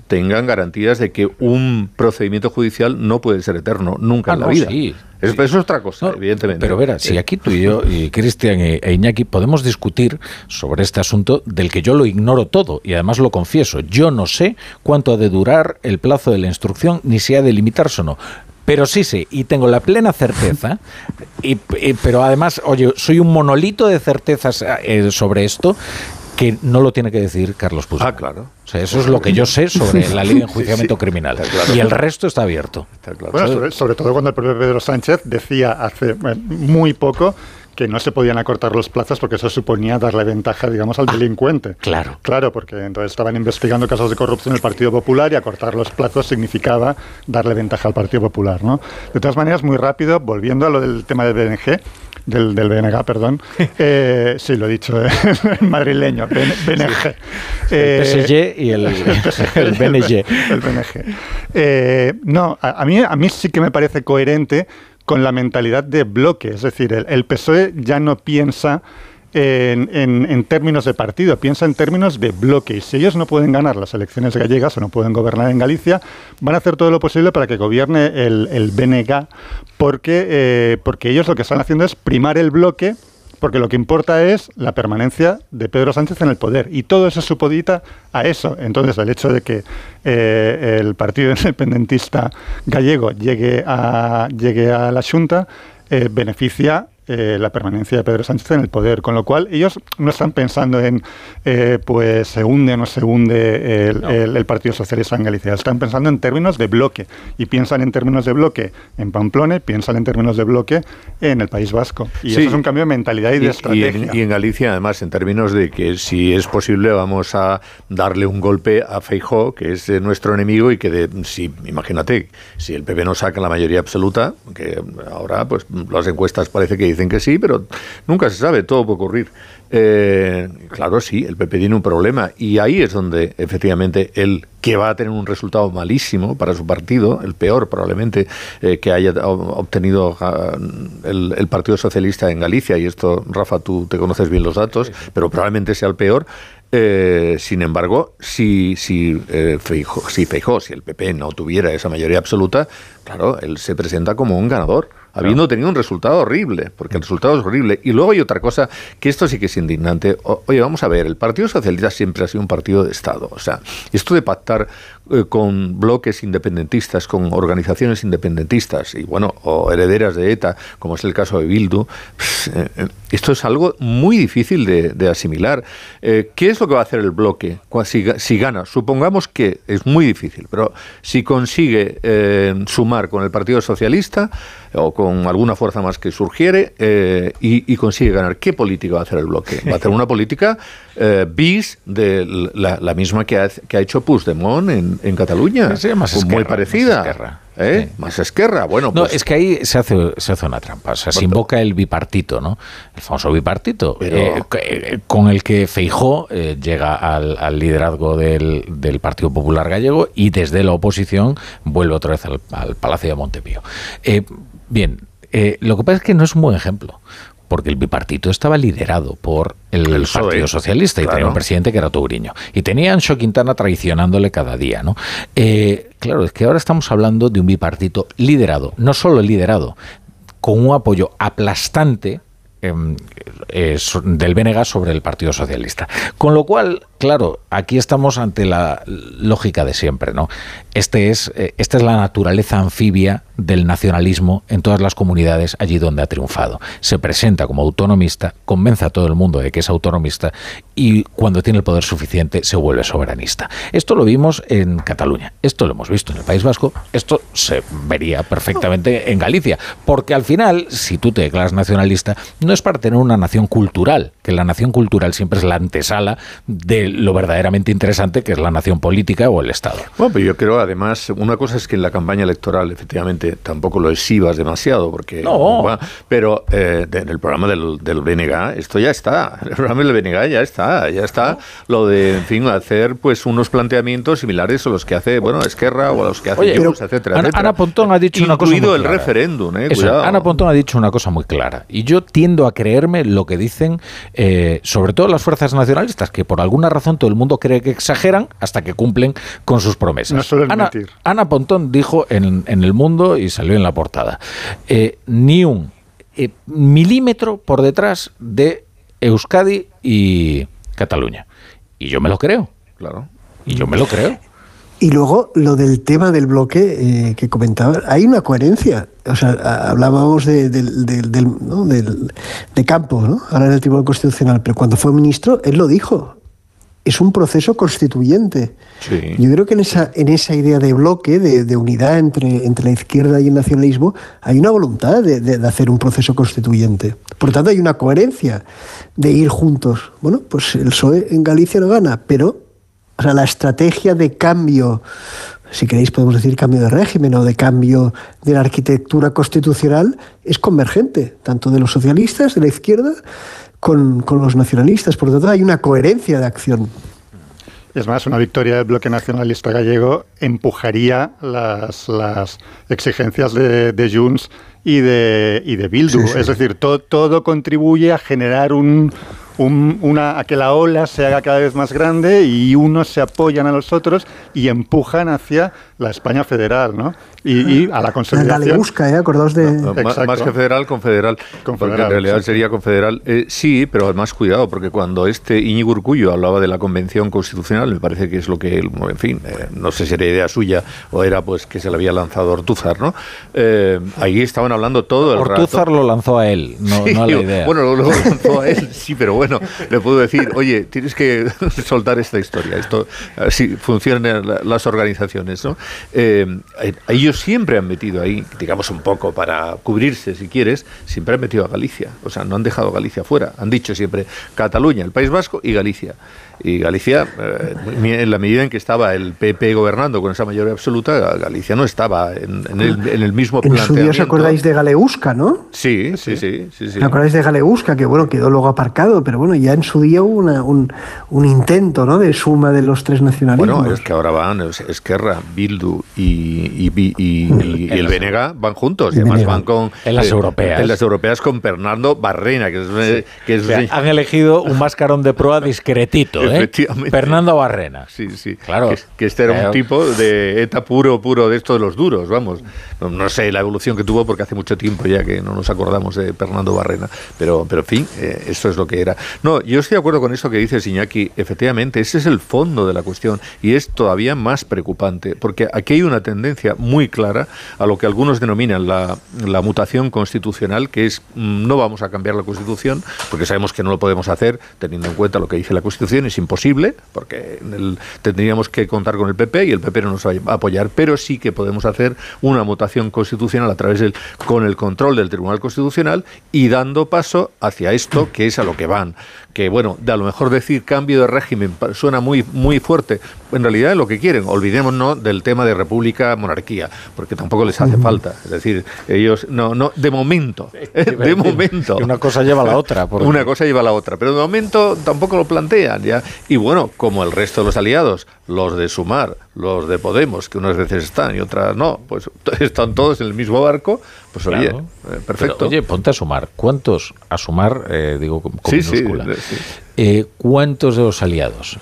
tengan garantías de que un procedimiento judicial no puede ser eterno nunca en la vida. Sí. Eso es otra cosa, evidentemente. Pero verá, si aquí tú y yo, y Cristian e Iñaki, podemos discutir sobre este asunto del que yo lo ignoro todo, y además lo confieso, yo no sé cuánto ha de durar el plazo de la instrucción, ni si ha de limitarse o no. Pero sí sé, y tengo la plena certeza, pero además, oye, soy un monolito de certezas sobre esto, que no lo tiene que decir Carlos Puigdemont. Ah, claro. O sea, eso es lo que yo sé sobre la ley de enjuiciamiento criminal. Claro. Y el resto está abierto. Está claro. Bueno, sobre todo cuando el propio Pedro Sánchez decía hace muy poco que no se podían acortar los plazos porque eso suponía darle ventaja, digamos, al delincuente. Claro. Claro, porque entonces estaban investigando casos de corrupción en el Partido Popular y acortar los plazos significaba darle ventaja al Partido Popular, ¿no? De todas maneras, muy rápido, volviendo a lo del tema del BNG, del BNG, perdón. Sí, lo he dicho, madrileño, BNG. El PSG y el BNG. El BNG. No, a mí sí que me parece coherente con la mentalidad de bloque. Es decir, el PSOE ya no piensa en términos de partido, piensa en términos de bloque. Y si ellos no pueden ganar las elecciones gallegas o no pueden gobernar en Galicia, van a hacer todo lo posible para que gobierne el BNG, porque ellos lo que están haciendo es primar el bloque, porque lo que importa es la permanencia de Pedro Sánchez en el poder. Y todo eso supedita a eso. Entonces, el hecho de que el Partido Independentista Gallego llegue a la Xunta beneficia la permanencia de Pedro Sánchez en el poder, con lo cual ellos no están pensando en pues se hunde o no se hunde el Partido Socialista en Galicia, están pensando en términos de bloque, y piensan en términos de bloque en Pamplona, piensan en términos de bloque en el País Vasco, y sí, eso es un cambio de mentalidad y de estrategia. Y en Galicia, además, en términos de que si es posible vamos a darle un golpe a Feijóo, que es nuestro enemigo, y que imagínate, si el PP no saca la mayoría absoluta, que ahora pues las encuestas parece que dicen que sí, pero nunca se sabe, todo puede ocurrir. Claro, sí, el PP tiene un problema, y ahí es donde efectivamente el que va a tener un resultado malísimo para su partido, el peor probablemente que haya obtenido el Partido Socialista en Galicia, y esto, Rafa, tú te conoces bien los datos, pero probablemente sea el peor. Sin embargo, si Feijóo, si el PP no tuviera esa mayoría absoluta, claro, él se presenta como un ganador, habiendo tenido un resultado horrible, porque el resultado es horrible. Y luego hay otra cosa, que esto sí que es indignante. Oye, vamos a ver, el Partido Socialista siempre ha sido un partido de Estado. O sea, esto de pactar con bloques independentistas, con organizaciones independentistas, y bueno, o herederas de ETA, como es el caso de Bildu, esto es algo muy difícil de asimilar. ¿Qué es lo que va a hacer el bloque si gana? Supongamos que es muy difícil, pero si consigue sumar con el Partido Socialista o con alguna fuerza más que surgiere y consigue ganar, ¿qué política va a hacer el bloque? Va a hacer una política bis de la misma que ha hecho Puigdemont en Cataluña, sí, más Esquerra, muy parecida. Más Esquerra. Bueno, no, pues, es que ahí se hace una trampa. O sea, se invoca el bipartito, ¿no? El famoso bipartito, con el que Feijóo llega al liderazgo del Partido Popular Gallego, y desde la oposición vuelve otra vez al Palacio de Montepío. Bien, lo que pasa es que no es un buen ejemplo, porque el bipartito estaba liderado por el Partido Socialista, y tenía un presidente que era Touriño, y tenía a Anxo Quintana traicionándole cada día, ¿no? Claro, es que ahora estamos hablando de un bipartito liderado, no solo liderado, con un apoyo aplastante del BNG sobre el Partido Socialista. Con lo cual, claro, aquí estamos ante la lógica de siempre, ¿no? Esta es la naturaleza anfibia del nacionalismo en todas las comunidades allí donde ha triunfado. Se presenta como autonomista, convence a todo el mundo de que es autonomista, y cuando tiene el poder suficiente se vuelve soberanista. Esto lo vimos en Cataluña, esto lo hemos visto en el País Vasco, esto se vería perfectamente en Galicia, porque al final, si tú te declaras nacionalista, no es para tener una nación cultural, que la nación cultural siempre es la antesala de lo verdaderamente interesante, que es la nación política o el Estado. Bueno, pero yo creo, además, una cosa es que en la campaña electoral, efectivamente, tampoco lo exhibas demasiado, porque pero en el programa del BNG esto ya está, el programa del BNG ya está lo de, en fin, hacer pues unos planteamientos similares a los que hace, bueno, Esquerra o a los que hace Junts, etcétera, etcétera. Ana Pontón ha dicho una cosa muy clara. Incluido el referéndum, cuidado. Ana Pontón ha dicho una cosa muy clara, y yo tiendo a creerme lo que dicen sobre todo las fuerzas nacionalistas, que por alguna razón, todo el mundo cree que exageran hasta que cumplen con sus promesas. No suelen mentir. Ana Pontón dijo en El Mundo, y salió en la portada, ni un milímetro por detrás de Euskadi y Cataluña. Y yo me lo creo. Claro. Y yo me lo creo. Y luego, lo del tema del bloque que comentaba, hay una coherencia. O sea, hablábamos de Campos, ¿no? Ahora en el Tribunal Constitucional, pero cuando fue ministro, él lo dijo. Es un proceso constituyente. Sí. Yo creo que en esa idea de bloque, de unidad entre la izquierda y el nacionalismo, hay una voluntad de hacer un proceso constituyente. Por lo tanto, hay una coherencia de ir juntos. Bueno, pues el PSOE en Galicia no gana, pero o sea, la estrategia de cambio, si queréis podemos decir cambio de régimen o de cambio de la arquitectura constitucional, es convergente, tanto de los socialistas, de la izquierda, con los nacionalistas. Por lo tanto, hay una coherencia de acción. Es más, una victoria del bloque nacionalista gallego empujaría las exigencias de Junts y de Bildu. Sí, sí. Es decir, todo contribuye a generar a que la ola se haga cada vez más grande y unos se apoyan a los otros y empujan hacia la España federal, ¿no? Y a la consolidación. La Galeusca, acordaos de... Más que federal, confederal. Porque en realidad sería confederal. Sí, pero además cuidado, porque cuando Íñigo Urkullu hablaba de la Convención Constitucional, me parece que es lo que él, en fin, no sé si era idea suya o era pues que se le había lanzado Ortúzar, ¿no? Ahí estaban hablando todo el rato. Ortúzar lo lanzó a él, no a la idea. Bueno, lo lanzó a él, sí, pero bueno, le puedo decir, oye, tienes que soltar esta historia, esto así funcionan las organizaciones, ¿no? Ellos siempre han metido ahí, digamos un poco para cubrirse, si quieres, siempre han metido a Galicia, o sea, no han dejado a Galicia fuera, han dicho siempre Cataluña, el País Vasco y Galicia. Y Galicia, en la medida en que estaba el PP gobernando con esa mayoría absoluta, Galicia no estaba en el mismo planteamiento. En su día os acordáis de Galeusca, ¿no? Sí. ¿Os acordáis de Galeusca? Que bueno, quedó luego aparcado, pero bueno, ya en su día hubo un intento, ¿no?, de suma de los tres nacionalismos. Bueno, es que ahora van Esquerra, Bildu y el BNG van juntos, y además van con... En las europeas. En las europeas con Fernando Barrena, que es o sea, han elegido un mascarón de proa discretito, efectivamente. Fernando Barrena. Sí. Claro. Que este era un tipo de ETA puro de estos de los duros, vamos. No sé la evolución que tuvo porque hace mucho tiempo ya que no nos acordamos de Fernando Barrena, pero en fin, eso es lo que era. No, yo estoy de acuerdo con eso que dices, Iñaki, efectivamente, ese es el fondo de la cuestión y es todavía más preocupante, porque aquí hay una tendencia muy clara a lo que algunos denominan la mutación constitucional, que es no vamos a cambiar la Constitución, porque sabemos que no lo podemos hacer, teniendo en cuenta lo que dice la Constitución, es imposible, porque tendríamos que contar con el PP y el PP no nos va a apoyar, pero sí que podemos hacer una mutación constitucional a través con el control del Tribunal Constitucional y dando paso hacia esto, que es a lo que van. Que bueno, a lo mejor decir cambio de régimen suena muy, muy fuerte. En realidad es lo que quieren. Olvidémonos del tema de república-monarquía, porque tampoco les hace falta. Es decir, ellos no de momento. De momento. Una cosa lleva a la otra. Una cosa lleva a la otra. Pero de momento tampoco lo plantean. ¿Ya? Y bueno, como el resto de los aliados, los de Sumar, los de Podemos, que unas veces están y otras no, pues están todos en el mismo barco, pues claro. Oye, perfecto. Pero, oye, ponte a sumar. ¿Cuántos? A sumar, digo con minúscula. Sí. ¿Cuántos de los aliados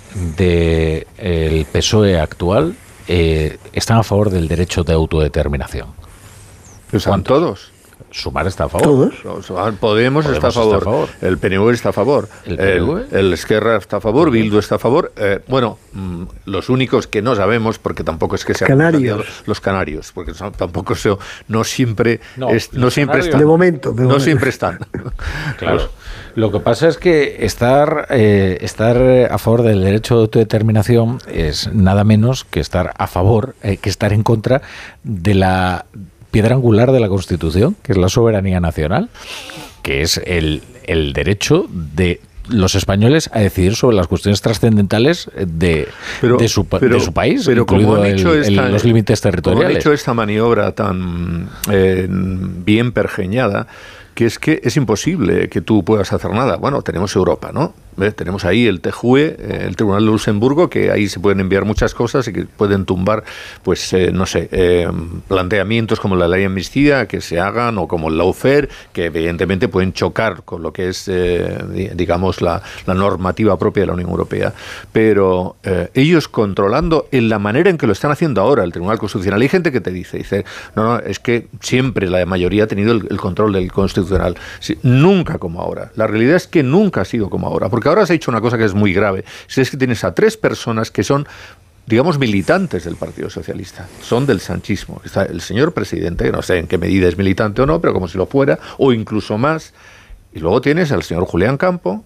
del PSOE actual están a favor del derecho de autodeterminación? ¿Están todos? Sumar está a favor. ¿Todos? Podemos está a favor. El PNV está a favor. ¿El Esquerra está a favor. Bildu está a favor. Bueno, los únicos que no sabemos, porque tampoco es que sean los canarios, porque tampoco no siempre están. De momento. No siempre están. Claro. Lo que pasa es que estar a favor del derecho de autodeterminación es nada menos que estar a favor, que estar en contra de la piedra angular de la Constitución, que es la soberanía nacional, que es el derecho de los españoles a decidir sobre las cuestiones trascendentales de su país, pero incluido como han hecho los límites territoriales. Como han hecho esta maniobra tan bien pergeñada, que es imposible que tú puedas hacer nada. Bueno, tenemos Europa, ¿no? Tenemos ahí el TJUE, el Tribunal de Luxemburgo, que ahí se pueden enviar muchas cosas y que pueden tumbar, pues, planteamientos como la ley de amnistía que se hagan, o como el lawfare, que evidentemente pueden chocar con lo que es, digamos, la normativa propia de la Unión Europea. Pero ellos controlando en la manera en que lo están haciendo ahora el Tribunal Constitucional, hay gente que te dice, no, es que siempre la mayoría ha tenido el control del Constitucional. Sí, nunca como ahora. La realidad es que nunca ha sido como ahora, porque ahora se ha hecho una cosa que es muy grave. Es que tienes a 3 personas que son, digamos, militantes del Partido Socialista, son del sanchismo. Está el señor presidente, que no sé en qué medida es militante o no, pero como si lo fuera, o incluso más. Y luego tienes al señor Juan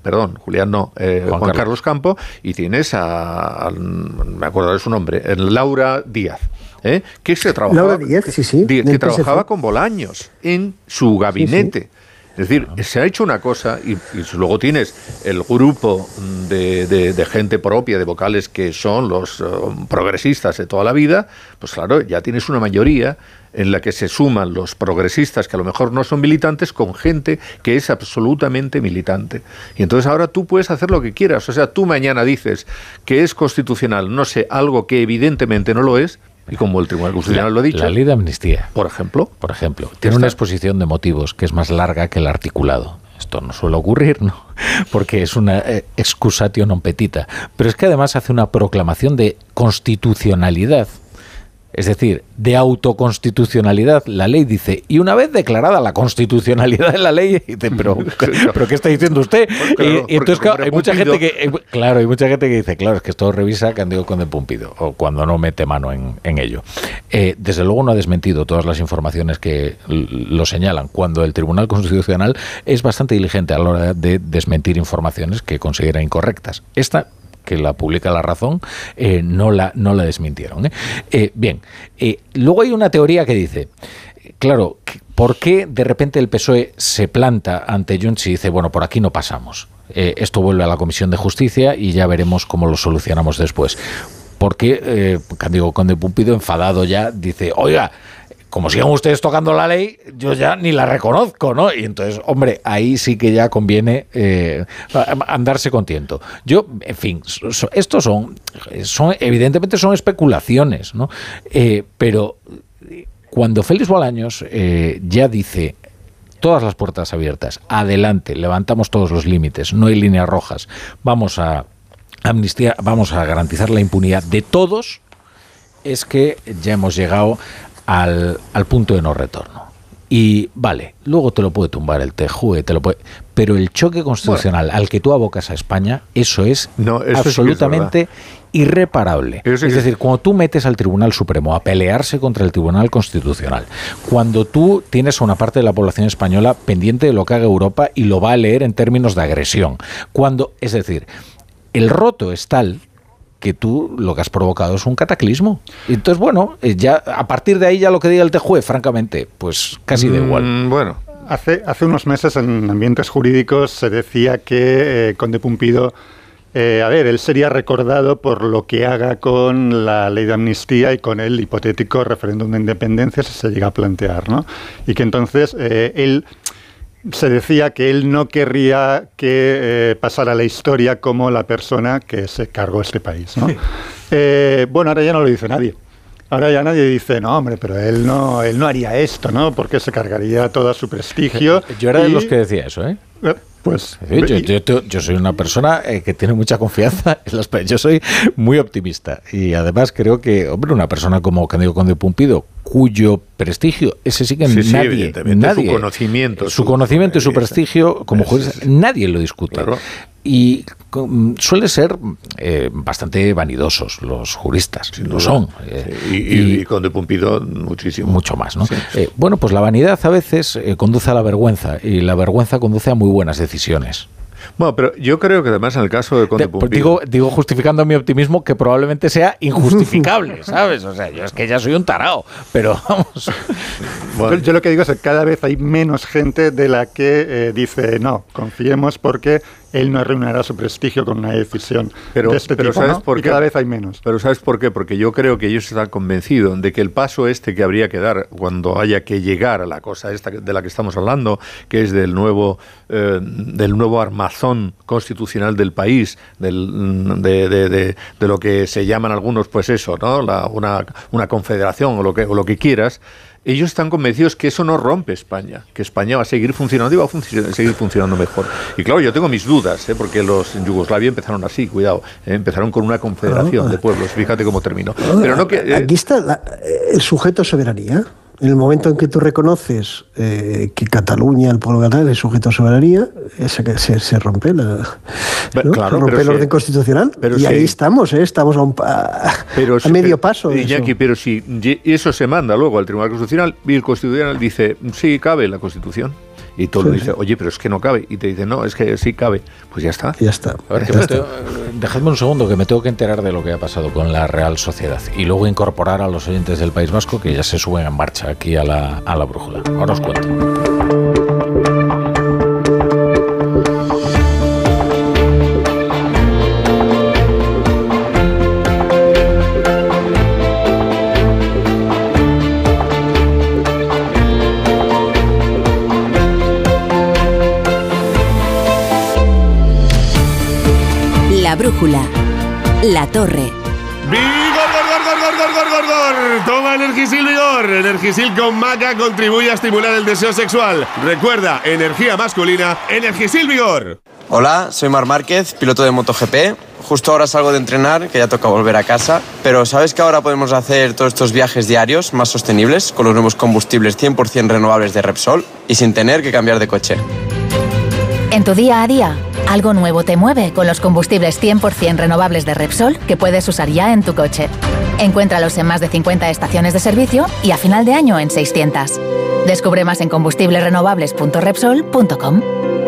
Carlos Campo, y tienes me acuerdo de su nombre, Laura Díaz. Que se trabajaba, Laura Díaz, sí, que trabajaba con Bolaños en su gabinete. Sí. Es decir, se ha hecho una cosa y luego tienes el grupo de gente propia, de vocales, que son los progresistas de toda la vida. Pues claro, ya tienes una mayoría en la que se suman los progresistas, que a lo mejor no son militantes, con gente que es absolutamente militante. Y entonces ahora tú puedes hacer lo que quieras. O sea, tú mañana dices que es constitucional, no sé, algo que evidentemente no lo es, y como el Tribunal Constitucional lo ha dicho. La ley de amnistía, por ejemplo, tiene una exposición de motivos que es más larga que el articulado. Esto no suele ocurrir, ¿no? Porque es una excusatio non petita. Pero es que además hace una proclamación de constitucionalidad. Es decir, de autoconstitucionalidad. La ley dice, y una vez declarada la constitucionalidad de la ley, dice, pero ¿qué está diciendo usted? Claro, y entonces, claro, hay mucha gente que dice, claro, es que esto revisa Cándido Conde Pumpido, o cuando no mete mano en ello. Desde luego no ha desmentido todas las informaciones que lo señalan, cuando el Tribunal Constitucional es bastante diligente a la hora de desmentir informaciones que considera incorrectas. Esta, que la publica La Razón, no la desmintieron. Bien, luego hay una teoría que dice, claro, ¿por qué de repente el PSOE se planta ante Junts y dice, bueno, por aquí no pasamos? Esto vuelve a la Comisión de Justicia y ya veremos cómo lo solucionamos después. Porque Cándido Conde Pumpido, enfadado ya, dice, oiga, como sigan ustedes tocando la ley, yo ya ni la reconozco, ¿no? Y entonces, hombre, ahí sí que ya conviene andarse con tiento. Yo, en fin, estos son evidentemente son especulaciones, ¿no? Pero cuando Félix Bolaños ya dice, todas las puertas abiertas, adelante, levantamos todos los límites, no hay líneas rojas, vamos a amnistía, vamos a garantizar la impunidad de todos, es que ya hemos llegado al punto de no retorno. Y vale, luego te lo puede tumbar el TJUE, pero el choque constitucional al que tú abocas a España, eso es absolutamente irreparable. Es decir, cuando tú metes al Tribunal Supremo a pelearse contra el Tribunal Constitucional, cuando tú tienes a una parte de la población española pendiente de lo que haga Europa y lo va a leer en términos de agresión, es decir, el roto es tal que tú lo que has provocado es un cataclismo. Entonces, bueno, ya a partir de ahí ya lo que diga el TJUE, francamente, pues casi da igual. Bueno, hace unos meses en ambientes jurídicos se decía que Conde Pumpido, él sería recordado por lo que haga con la ley de amnistía y con el hipotético referéndum de independencia si se llega a plantear, ¿no? Y que entonces se decía que él no querría que pasara la historia como la persona que se cargó este país, ¿no? Bueno, ahora ya no lo dice nadie. Ahora ya nadie dice, no, hombre, pero él no haría esto, ¿no? Porque se cargaría todo su prestigio. Yo era de los que decía eso, ¿eh? Pues yo soy una persona que tiene mucha confianza en las... Yo soy muy optimista y además creo que, hombre, una persona como Cándido Conde Pumpido, cuyo prestigio, ese sí que nadie, su conocimiento y su prestigio como juez, nadie lo discute. Claro. Y suele ser bastante vanidosos los juristas, lo son. Y Conde Pumpido muchísimo. Mucho más, ¿no? Sí. Bueno, pues la vanidad a veces conduce a la vergüenza y la vergüenza conduce a muy buenas decisiones. Bueno, pero yo creo que además en el caso de Conde Pumpido... Digo justificando mi optimismo, que probablemente sea injustificable, ¿sabes? O sea, yo es que ya soy un tarao, pero vamos... Bueno. Yo lo que digo es que cada vez hay menos gente de la que dice, no, confiemos porque él no arruinará su prestigio con una decisión de este tipo, ¿sabes ¿no? por y qué? Cada vez hay menos. Pero ¿sabes por qué? Porque yo creo que ellos están convencidos de que el paso que habría que dar cuando haya que llegar a la cosa esta de la que estamos hablando, que es del nuevo armazón constitucional del país, de lo que se llaman algunos, pues eso, ¿no? Una confederación o lo que quieras. Ellos están convencidos que eso no rompe España, que España va a seguir funcionando y va a seguir funcionando mejor. Y claro, yo tengo mis dudas, porque los en Yugoslavia empezaron así, cuidado, empezaron con una confederación de pueblos, fíjate cómo terminó. Pero no que, aquí está el sujeto soberanía. En el momento en que tú reconoces que Cataluña, el pueblo catalán, es sujeto a soberanía, se rompe ¿no? Claro, se rompe el orden constitucional. Y ahí estamos, estamos a medio paso. Iñaki, pero si eso se manda luego al Tribunal Constitucional y el Constitucional dice, sí, cabe la Constitución. Y todo lo dice, oye, pero es que no cabe. Y te dice, no, es que sí cabe. Pues ya está. Ya está. A ver, dejadme un segundo, que me tengo que enterar de lo que ha pasado con la Real Sociedad. Y luego incorporar a los oyentes del País Vasco, que ya se suben en marcha aquí a la brújula. Ahora os cuento. La brújula, la torre. ¡Vigor! Toma Energisil Vigor. Energisil con maca contribuye a estimular el deseo sexual. Recuerda, energía masculina, Energisil Vigor. Hola, soy Marc Márquez, piloto de MotoGP. Justo ahora salgo de entrenar, que ya toca volver a casa. Pero ¿sabes que ahora podemos hacer todos estos viajes diarios más sostenibles con los nuevos combustibles 100% renovables de Repsol y sin tener que cambiar de coche? En tu día a día, algo nuevo te mueve con los combustibles 100% renovables de Repsol que puedes usar ya en tu coche. Encuéntralos en más de 50 estaciones de servicio y a final de año en 600. Descubre más en combustiblesrenovables.repsol.com.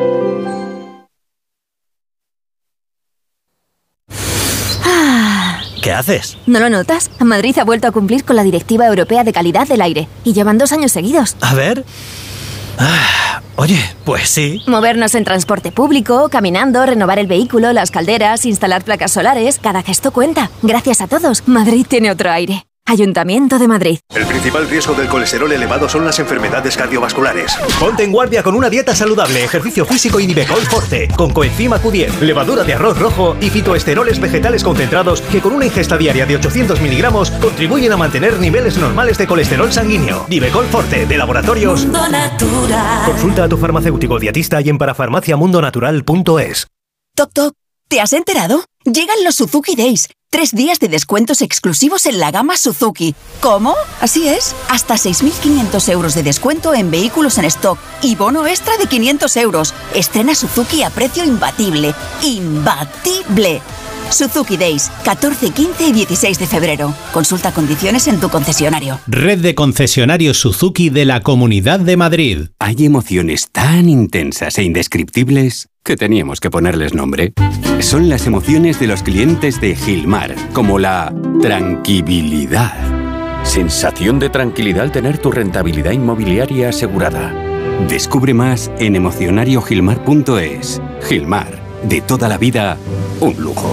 ¿Qué haces? ¿No lo notas? Madrid ha vuelto a cumplir con la Directiva Europea de Calidad del Aire y llevan 2 años seguidos. A ver... Oye, pues sí. Movernos en transporte público, caminando, renovar el vehículo, las calderas, instalar placas solares, cada gesto cuenta. Gracias a todos, Madrid tiene otro aire. Ayuntamiento de Madrid. El principal riesgo del colesterol elevado son las enfermedades cardiovasculares. Ponte en guardia con una dieta saludable, ejercicio físico y Nivecol Forte, con coenzima Q10, levadura de arroz rojo y fitoesteroles vegetales concentrados que con una ingesta diaria de 800 miligramos contribuyen a mantener niveles normales de colesterol sanguíneo. Nivecol Forte, de Laboratorios Mundo Natural. Consulta a tu farmacéutico dietista y en parafarmaciamundonatural.es. Toc, toc, ¿te has enterado? Llegan los Suzuki Days. 3 días de descuentos exclusivos en la gama Suzuki. ¿Cómo? Así es. Hasta 6.500 euros de descuento en vehículos en stock y bono extra de 500 euros. Estrena Suzuki a precio imbatible. ¡Imbatible! Suzuki Days, 14, 15 y 16 de febrero. Consulta condiciones en tu concesionario. Red de concesionarios Suzuki de la Comunidad de Madrid. Hay emociones tan intensas e indescriptibles que teníamos que ponerles nombre. Son las emociones de los clientes de Gilmar, como la tranquilidad. Sensación de tranquilidad al tener tu rentabilidad inmobiliaria asegurada. Descubre más en emocionariogilmar.es. Gilmar, de toda la vida, un lujo.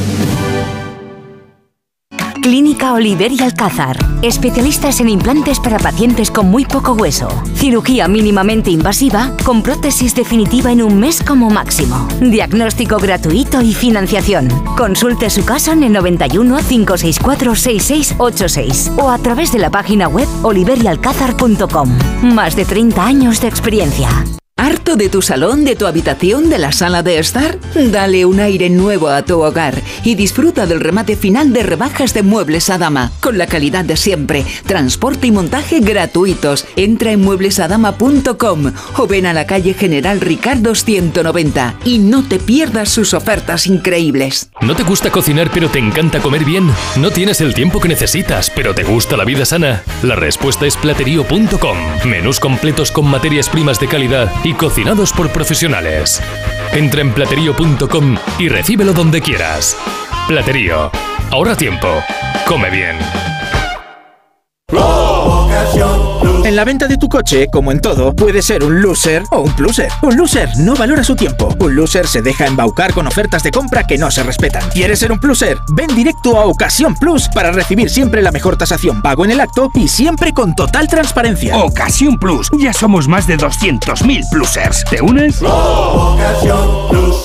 Clínica Oliver y Alcázar. Especialistas en implantes para pacientes con muy poco hueso. Cirugía mínimamente invasiva con prótesis definitiva en 1 mes como máximo. Diagnóstico gratuito y financiación. Consulte su caso en el 91 564 6686 o a través de la página web oliverialcázar.com. Más de 30 años de experiencia. ¿Harto de tu salón, de tu habitación, de la sala de estar? Dale un aire nuevo a tu hogar y disfruta del remate final de rebajas de Muebles Adama, con la calidad de siempre, transporte y montaje gratuitos. Entra en mueblesadama.com o ven a la calle General Ricardo 190 y no te pierdas sus ofertas increíbles. ¿No te gusta cocinar pero te encanta comer bien? ¿No tienes el tiempo que necesitas pero te gusta la vida sana? La respuesta es platerío.com. Menús completos con materias primas de calidad y cocinados por profesionales. Entra en platerío.com y recíbelo donde quieras. Platerío. Ahorra tiempo. Come bien. En la venta de tu coche, como en todo, puede ser un loser o un pluser. Un loser no valora su tiempo. Un loser se deja embaucar con ofertas de compra que no se respetan. ¿Quieres ser un pluser? Ven directo a Ocasión Plus para recibir siempre la mejor tasación pago en el acto y siempre con total transparencia. Ocasión Plus. Ya somos más de 200.000 plusers. ¿Te unes? Ocasión Plus.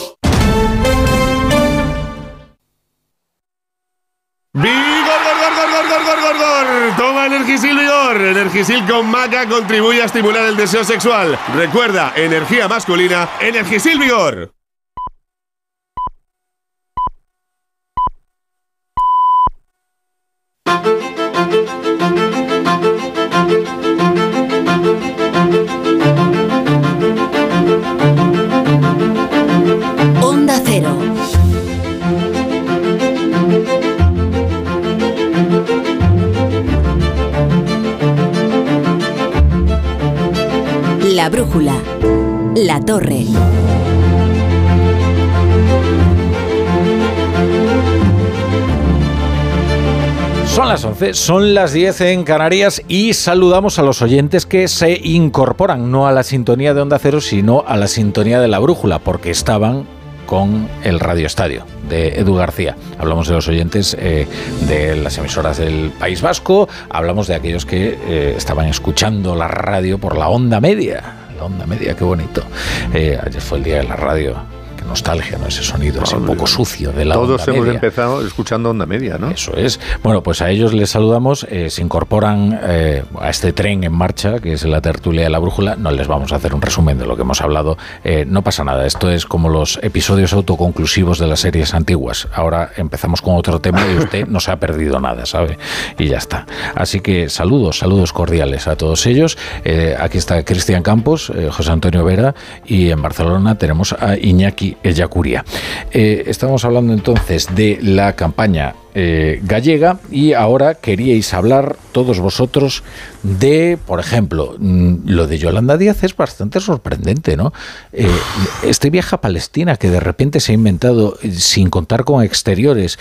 ¡Vigor! Toma Energisil Vigor. Energisil con maca contribuye a estimular el deseo sexual. Recuerda, energía masculina, Energisil Vigor. Onda Cero. La brújula. La torre. Son las 11, son las 10 en Canarias y saludamos a los oyentes que se incorporan no a la sintonía de Onda Cero, sino a la sintonía de La Brújula, porque estaban con el Radio Estadio de Edu García. Hablamos de los oyentes de las emisoras del País Vasco, hablamos de aquellos que estaban escuchando la radio por la onda media. La onda media, qué bonito. Ayer fue el día de la radio. Qué nostalgia, ¿no? Ese sonido así un poco sucio de la onda media. Todos hemos empezado escuchando onda media, ¿no? Eso es. Bueno, pues a ellos les saludamos. Se incorporan a este tren en marcha, que es la tertulia de La Brújula. No les vamos a hacer un resumen de lo que hemos hablado. No pasa nada. Esto es como los episodios autoconclusivos de las series antiguas. Ahora empezamos con otro tema y usted no se ha perdido nada, ¿sabe? Y ya está. Así que saludos cordiales a todos ellos. Aquí está Cristian Campos, José Antonio Vera, y en Barcelona tenemos a Iñaki Ellacuría. Estamos hablando entonces de la campaña gallega y ahora queríais hablar todos vosotros de, por ejemplo, lo de Yolanda Díaz es bastante sorprendente, ¿no? Este viaje a Palestina que de repente se ha inventado sin contar con exteriores,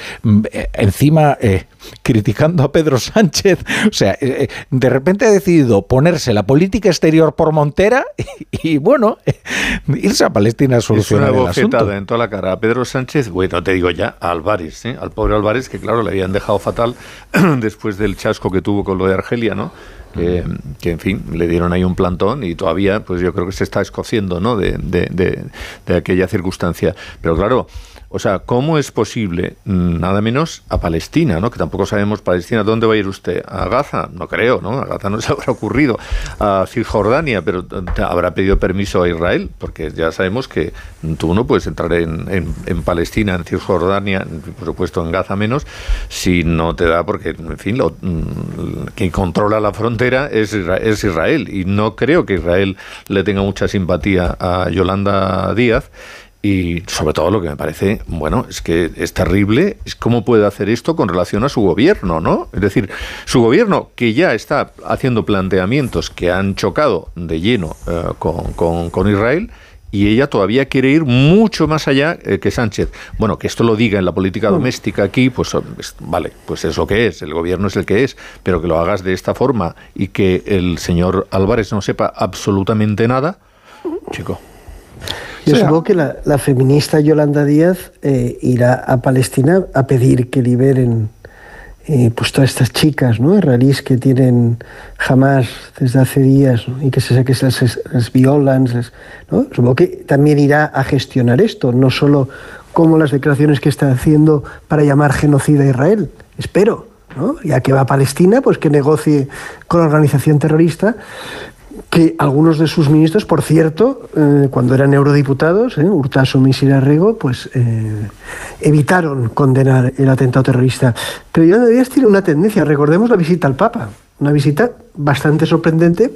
encima criticando a Pedro Sánchez, o sea, de repente ha decidido ponerse la política exterior por montera y bueno, irse a Palestina a solucionar el asunto. Es una bofetada en toda la cara a Pedro Sánchez, bueno, te digo ya, a Álvarez, al pobre Álvarez, que claro, le habían dejado fatal después del chasco que tuvo con lo de Argelia, ¿no? Que en fin, le dieron ahí un plantón y todavía, pues yo creo que se está escociendo, ¿no? de aquella circunstancia. Pero claro, o sea, ¿cómo es posible, nada menos, a Palestina, ¿no? Que tampoco sabemos Palestina, ¿dónde va a ir usted? ¿A Gaza? No creo, ¿no? A Gaza no se habrá ocurrido. A Cisjordania, pero habrá pedido permiso a Israel, porque ya sabemos que tú no puedes entrar en Palestina, en Cisjordania, por supuesto en Gaza menos, si no te da, porque, en fin, quien controla la frontera es Israel, y no creo que Israel le tenga mucha simpatía a Yolanda Díaz. Y sobre todo lo que me parece, bueno, es que es terrible, es cómo puede hacer esto con relación a su gobierno, ¿no? Es decir, su gobierno que ya está haciendo planteamientos que han chocado de lleno con Israel, y ella todavía quiere ir mucho más allá que Sánchez. Bueno, que esto lo diga en la política doméstica aquí, pues vale, pues es lo que es, el gobierno es el que es, pero que lo hagas de esta forma y que el señor Álvarez no sepa absolutamente nada, chico. Yo supongo que la feminista Yolanda Díaz irá a Palestina a pedir que liberen pues todas estas chicas, ¿no? Israelíes que tienen Hamas desde hace días, ¿no? Y que se les violan, ¿no? Supongo que también irá a gestionar esto, no solo como las declaraciones que está haciendo para llamar genocida a Israel, espero, ¿no? Ya que va a Palestina, pues que negocie con la organización terrorista, que algunos de sus ministros, por cierto, cuando eran eurodiputados, Urtasun, Misira Rego, pues evitaron condenar el atentado terrorista. Pero Yolanda Díaz tiene una tendencia, recordemos la visita al Papa, una visita bastante sorprendente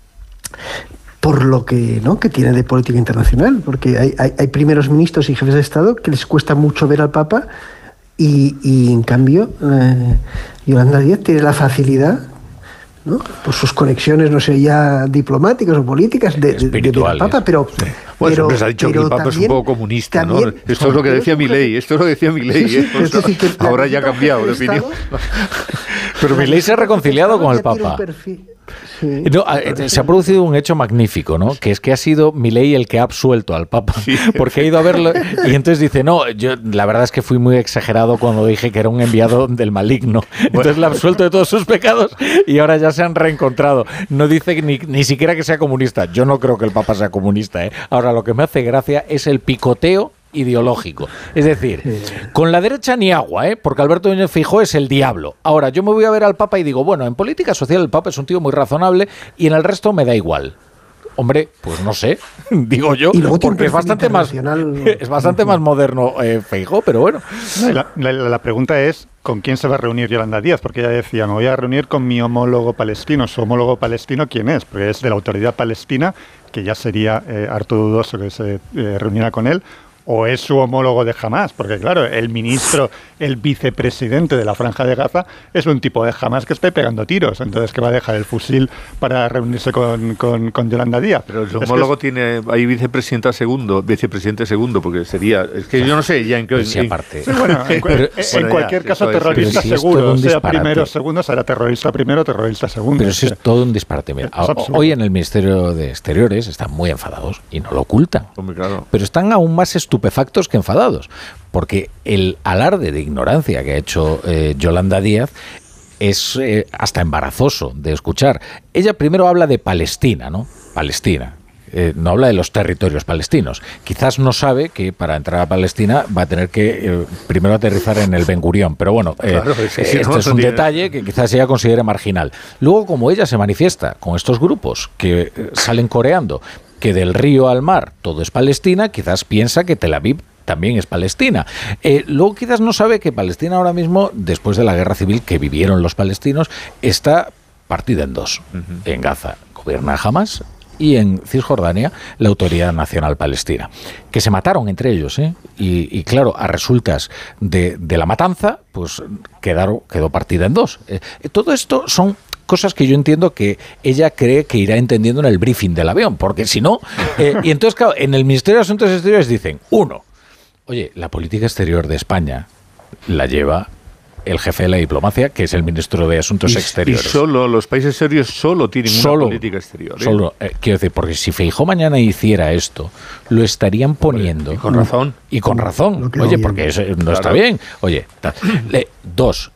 por lo que, ¿no?, que tiene de política internacional, porque hay primeros ministros y jefes de Estado que les cuesta mucho ver al Papa y en cambio Yolanda Díaz tiene la facilidad, ¿no?, por sus conexiones, no sé, ya diplomáticas o políticas de ver al Papa, pero... Sí. Bueno, siempre se ha dicho que el Papa también, es un poco comunista, ¿no? Esto es lo que decía Milei, ahora ya ha cambiado de opinión. Pero Milei se ha reconciliado con el Papa. Sí. No, se ha producido un hecho magnífico, ¿no? Que es que ha sido Milei el que ha absuelto al Papa, porque ha ido a verlo y entonces dice, no, yo la verdad es que fui muy exagerado cuando dije que era un enviado del maligno. Entonces le ha absuelto de todos sus pecados y ahora ya se han reencontrado. No dice ni siquiera que sea comunista. Yo no creo que el Papa sea comunista, ¿eh? Ahora, lo que me hace gracia es el picoteo ideológico. Es decir, con la derecha ni agua, porque Alberto Núñez Feijóo es el diablo. Ahora, yo me voy a ver al Papa y digo, bueno, en política social el Papa es un tío muy razonable y en el resto me da igual. Hombre, pues no sé, digo yo, porque es bastante más moderno Feijóo, pero bueno. La pregunta es, ¿con quién se va a reunir Yolanda Díaz? Porque ella decía, me voy a reunir con mi homólogo palestino. ¿Su homólogo palestino quién es? Porque es de la autoridad palestina, que ya sería harto dudoso que se reuniera con él. ¿O es su homólogo de Hamás? Porque claro, el vicepresidente de la Franja de Gaza es un tipo de Hamás que está pegando tiros. Entonces, ¿qué va a dejar el fusil para reunirse con Yolanda Díaz? Pero el homólogo tiene ahí vicepresidente segundo, porque sería... Es que yo no sé ya en qué... Sí, aparte. Sí, bueno, en cualquier caso, terrorista seguro. Sea primero o segundo, será terrorista primero, terrorista segundo. Pero eso es todo un disparate. Mira, hoy en el Ministerio de Exteriores están muy enfadados y no lo ocultan. Claro. Pero están aún más estupefactos que enfadados, porque el alarde de ignorancia que ha hecho Yolanda Díaz es hasta embarazoso de escuchar. Ella primero habla de Palestina, ¿no? Palestina. No habla de los territorios palestinos. Quizás no sabe que para entrar a Palestina va a tener que primero aterrizar en el Ben Gurión, pero bueno, claro, este es un detalle que quizás ella considere marginal. Luego, como ella se manifiesta con estos grupos que salen coreando que del río al mar todo es Palestina, quizás piensa que Tel Aviv también es Palestina. Luego quizás no sabe que Palestina ahora mismo, después de la guerra civil que vivieron los palestinos, está partida en dos. En Gaza gobierna Hamás y en Cisjordania la Autoridad Nacional Palestina, que se mataron entre ellos, y claro, a resultas de la matanza, pues quedó partida en dos. Todo esto son cosas que yo entiendo que ella cree que irá entendiendo en el briefing del avión, porque si no... y entonces, claro, en el Ministerio de Asuntos Exteriores dicen, oye, la política exterior de España la lleva el jefe de la diplomacia, que es el ministro de Asuntos Exteriores. Y solo los países serios tienen una política exterior. Quiero decir, porque si Feijóo mañana hiciera esto, lo estarían poniendo... Y con razón. Y con razón. Oye, porque eso no está bien. Oye, dos...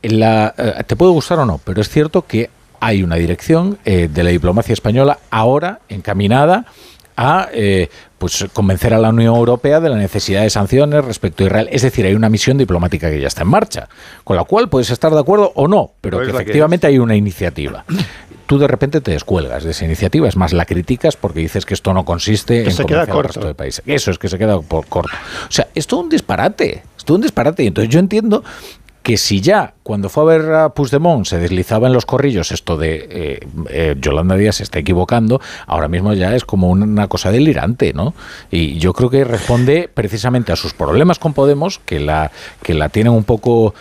te puede gustar o no, pero es cierto que hay una dirección de la diplomacia española ahora encaminada a pues convencer a la Unión Europea de la necesidad de sanciones respecto a Israel. Es decir, hay una misión diplomática que ya está en marcha, con la cual puedes estar de acuerdo o no, pero que efectivamente hay una iniciativa. Tú de repente te descuelgas de esa iniciativa, es más, la criticas porque dices que esto no consiste en convencer al resto del país. Eso es, que se queda corto. O sea, es todo un disparate, y entonces yo entiendo que si ya cuando fue a ver a Puigdemont se deslizaba en los corrillos esto de Yolanda Díaz se está equivocando, ahora mismo ya es como una cosa delirante, ¿no? Y yo creo que responde precisamente a sus problemas con Podemos, que la tienen un poco,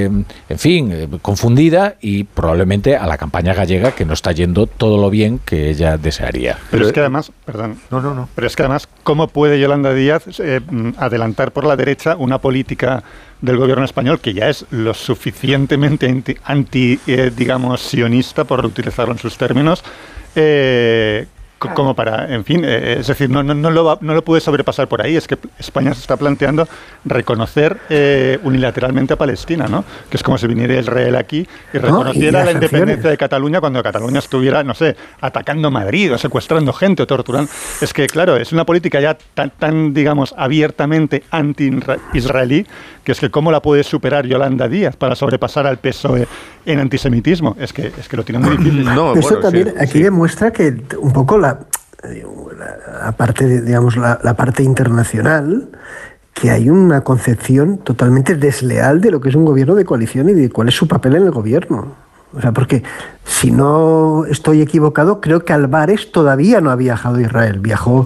confundida, y probablemente a la campaña gallega, que no está yendo todo lo bien que ella desearía. Pero es que además, pero es que además, ¿cómo puede Yolanda Díaz adelantar por la derecha una política del gobierno español que ya es lo suficientemente digamos, sionista, por utilizarlo en sus términos, como para, es decir, no lo puede sobrepasar por ahí? Es que España se está planteando reconocer unilateralmente a Palestina, ¿no? Que es como si viniera Israel aquí y reconociera la independencia de Cataluña cuando Cataluña estuviera, no sé, atacando Madrid o secuestrando gente o torturando. Es que, claro, es una política ya tan digamos, abiertamente anti-israelí, que es que ¿cómo la puede superar Yolanda Díaz para sobrepasar al PSOE en antisemitismo? Es que lo tiene muy difícil. Eso también aquí demuestra que un poco la parte, digamos, la parte internacional, que hay una concepción totalmente desleal de lo que es un gobierno de coalición y de cuál es su papel en el gobierno. O sea, porque si no estoy equivocado, creo que Álvarez todavía no ha viajado a Israel. Viajó